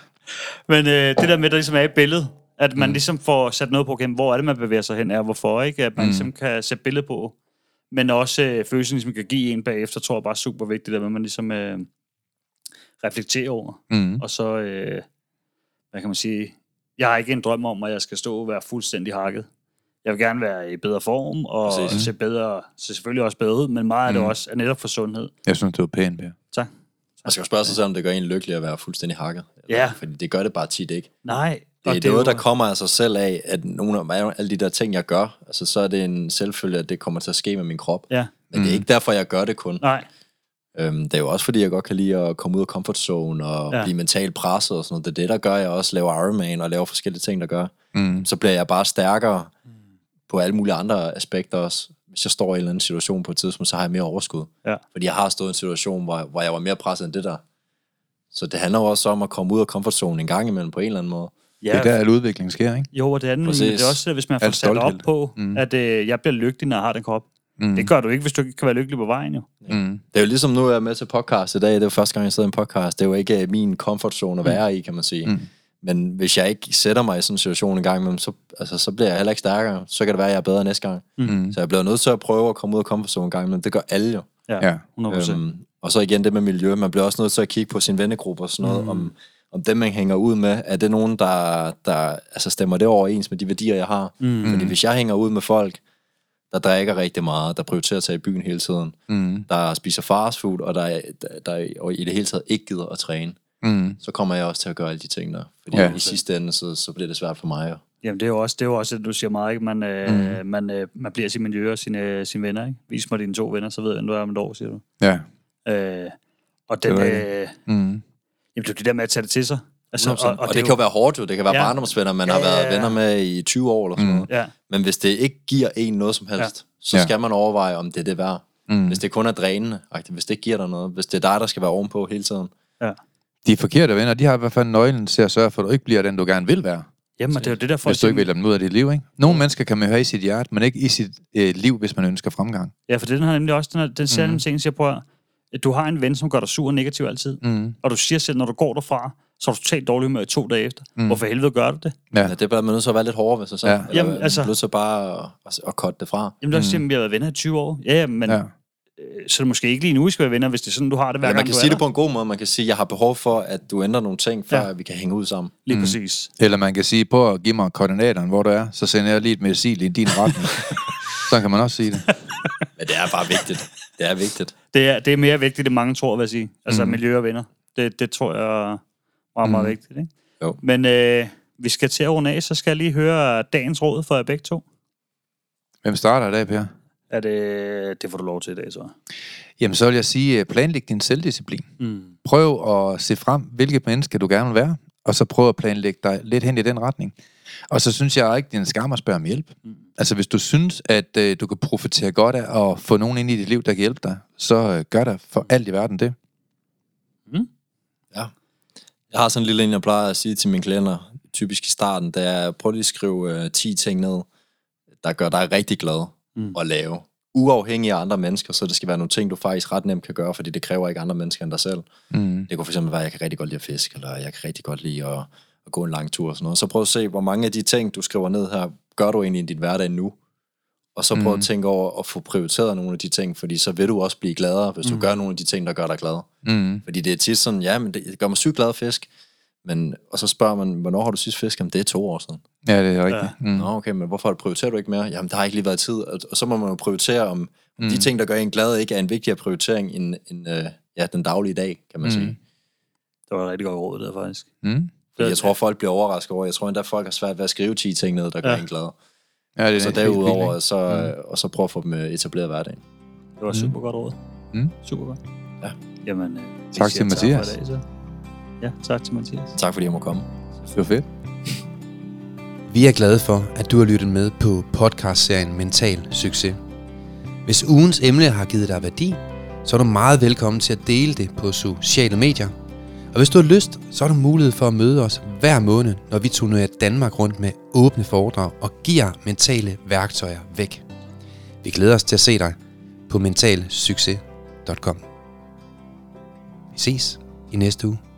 Men øh, det der med, der ligesom er i billedet, at man mm. ligesom får sat noget på, okay, hvor er det, man bevæger sig hen, og hvorfor, ikke? At man mm. ligesom kan sætte billede på. Men også øh, følelsen, ligesom kan give en bagefter, tror jeg bare er super vigtigt, at man ligesom øh, reflekterer over. Mm. Og så, øh, hvad kan man sige, jeg har ikke en drøm om, at jeg skal stå og være fuldstændig hakket. Jeg vil gerne være i bedre form, og Præcis. se bedre, se selvfølgelig også bedre ud, men meget af det Mm. også er netop for sundhed. Jeg synes, det var pænt, Per. Tak. Man skal jo spørge sig selv, om det gør en lykkelig at være fuldstændig hakket. Ja. Fordi det gør det bare tit ikke. Nej. Det og er noget, jo- der kommer af sig selv af, at nogle af alle de der ting, jeg gør, altså så er det en selvfølge, at det kommer til at ske med min krop. Ja. Men det er ikke derfor, jeg gør det kun. Nej. Øhm, det er jo også fordi, jeg godt kan lide at komme ud af comfort zone og Ja. ja. blive mentalt presset og sådan noget. Det er det, der gør, jeg også laver Ironman og laver forskellige ting, der gør. Mm. Så bliver jeg bare stærkere på alle mulige andre aspekter også. Hvis jeg står i en eller anden situation på et tidspunkt, så har jeg mere overskud. Ja. Fordi jeg har stået i en situation, hvor, hvor jeg var mere presset end det der. Så det handler jo også om at komme ud af comfort zone en gang imellem på en eller anden måde. Ja, Det er der, al udvikling sker, ikke? jo, og det er, den, men Præcis. det er også, hvis man får Alt sat op stolthed. på, Mm. mm. at øh, jeg bliver lykkelig, når jeg har den krop. Mm. Det gør du ikke, hvis du ikke kan være lykkelig på vejen, jo. Mm. Det er jo ligesom nu, jeg er med til podcast i dag. Det er jo første gang, jeg sidder i en podcast. Det er jo ikke øh, min comfort zone at være i, kan man sige. Mm. Men hvis jeg ikke sætter mig i sådan en situation en gang imellem, så, altså, så bliver jeg heller ikke stærkere. Så kan det være, at jeg er bedre næste gang. Mm. Så jeg bliver nødt til at prøve at komme ud af comfort zone en gang imellem. Det gør alle jo. Ja. hundrede procent. Øhm, og så igen det med miljø. Man bliver også nødt til at kigge på sin vennegruppe og sådan noget. Mm. Om, om dem, man hænger ud med, er det nogen, der, der altså stemmer det overens med de værdier, jeg har? Mm. Fordi hvis jeg hænger ud med folk, der drikker rigtig meget, der prioriterer at tage i byen hele tiden, Mm. der spiser fast food, og der, der, der og i det hele taget ikke gider at træne, Mm. så kommer jeg også til at gøre alle de ting der. Fordi Ja. i sidste ende, så, så bliver det svært for mig. Jo. Jamen, det er jo også, det er jo også, at du siger meget, ikke? Man, øh, mm. man, øh, man bliver sin miljø og sine, sine venner, ikke? Vis mig dine to venner, så ved jeg, hvem du er om et år, siger du. Ja. Øh, og den, Det var det. øh, Mm. jamen, det er det der med at tage det til sig. Altså, Og, og, og det, det kan jo være hårdt, jo. Det kan være Ja. barndomsvenner, man Ja, har ja, været ja. venner med i tyve år eller sådan Mm. noget. Ja. Men hvis det ikke giver en noget som helst, ja. så Ja. skal man overveje, om det er det værd. Mm. Hvis det kun er drænende, hvis det ikke giver dig noget. Hvis det er dig, der skal være ovenpå hele tiden. Ja. De forkerte venner, de har i hvert fald nøglen til at sørge for, at du ikke bliver den, du gerne vil være. Jamen, det er jo det der for Hvis du ikke vælger dem ud af dit liv, ikke? Nogle mennesker kan man jo have i sit hjerte, men ikke i sit øh, liv, hvis man ønsker fremgang. Ja, for den har nemlig også, den, her, den ser Mm. mm. ting, siger, prøv at du har en ven, som gør dig sur og negativ altid. Mm. Og du siger selv, når du går derfra, så er du totalt dårlig humør i to dage efter. Mm. Hvorfor helvede gør du det? Ja. Ja, det bliver man nødt til at være lidt hårdere ved sig selv. Ja. Ja. Eller Jamen, Jamen, altså- altså... nødt til bare at, at, at cutte det fra. Jamen, der er mm. vi har været venner i tyve år. Ja, ja, men Ja. ja. så er det måske ikke lige nu, vi skal være venner, hvis det er sådan, du har det hver Eller gang, man kan du sige er det der. på en god måde. Man kan sige, at jeg har behov for, at du ændrer nogle ting, før Ja. ja. vi kan hænge ud sammen. Lige mm. præcis. Eller man kan sige, på at give mig koordinaterne, hvor du er, så sender jeg lige et missil i din retning. Sådan kan man også sige det. Men det er bare vigtigt. Det er vigtigt. Det er, det er mere vigtigt, end mange tror, vil jeg sige. Altså Mm. miljø og venner. Det, det tror jeg er meget, meget Mm. vigtigt. Ikke? Jo. Men øh, vi skal til at runde af, så skal jeg lige høre dagens råd for jer begge to. Hvem starter i dag, Per? Er det, det får du lov til i dag, så. Jamen, så vil jeg sige, planlæg din selvdisciplin. Mm. Prøv at se frem, hvilket menneske du gerne vil være, og så prøv at planlægge dig lidt hen i den retning. Og så synes jeg ikke, det er en skam at spørge om hjælp. Mm. Altså, hvis du synes, at øh, du kan profitere godt af at få nogen ind i dit liv, der kan hjælpe dig, så øh, gør der for alt i verden det. Mm. Ja. Jeg har sådan en lille en, jeg plejer at sige til mine klienter, typisk i starten, det er, prøv lige at skrive øh, ti ting ned, der gør dig rigtig glad Mm. at lave. Uafhængig af andre mennesker, så det skal være nogle ting, du faktisk ret nemt kan gøre, fordi det kræver ikke andre mennesker end dig selv. Mm. Det kunne for eksempel være, at jeg kan rigtig godt lide at fiske, eller jeg kan rigtig godt lide at, at gå en lang tur og sådan noget. Så prøv at se, hvor mange af de ting, du skriver ned her, gør du egentlig i din hverdag nu. Og så prøv Mm. at tænke over at få prioriteret nogle af de ting, fordi så vil du også blive gladere, hvis du Mm. gør nogle af de ting, der gør dig glad. Mm. Fordi det er tit sådan, ja, men det gør mig sygt glad at fisk. Men, og så spørger man, hvornår har du sidst fisket? Jamen, det er to år siden. Ja, det er rigtigt. Ja. Mm. Nå, okay, men hvorfor prioriterer du ikke mere? Jamen, der har ikke lige været tid. Og, og så må man jo prioritere, om mm. de ting, der gør en glad, ikke er en vigtigere prioritering end, end øh, ja, den daglige dag, kan man Mm. sige. Det var et rigtig godt råd, der faktisk. Mm. Fordi jeg tror, folk bliver overrasket over. Jeg tror endda, folk har svært ved at skrive ti ting ned, der gør Ja. en glad. Ja, det er Så helt derudover, vildt, så, mm. og så prøve at få dem øh, etableret hverdagen. Det var super godt råd. Mm. Super godt. Ja. Jamen, øh, vi Tak siger til Mathias. Tak for i dag, så. Ja, tak til Mathias. Tak fordi jeg må komme. Det var fedt. Vi er glade for, at du har lyttet med på podcastserien Mental Succes. Hvis ugens emne har givet dig værdi, så er du meget velkommen til at dele det på sociale medier. Og hvis du har lyst, så har du mulighed for at møde os hver måned, når vi turnerer Danmark rundt med åbne foredrag og giver mentale værktøjer væk. Vi glæder os til at se dig på mental succes punktum com. Vi ses i næste uge.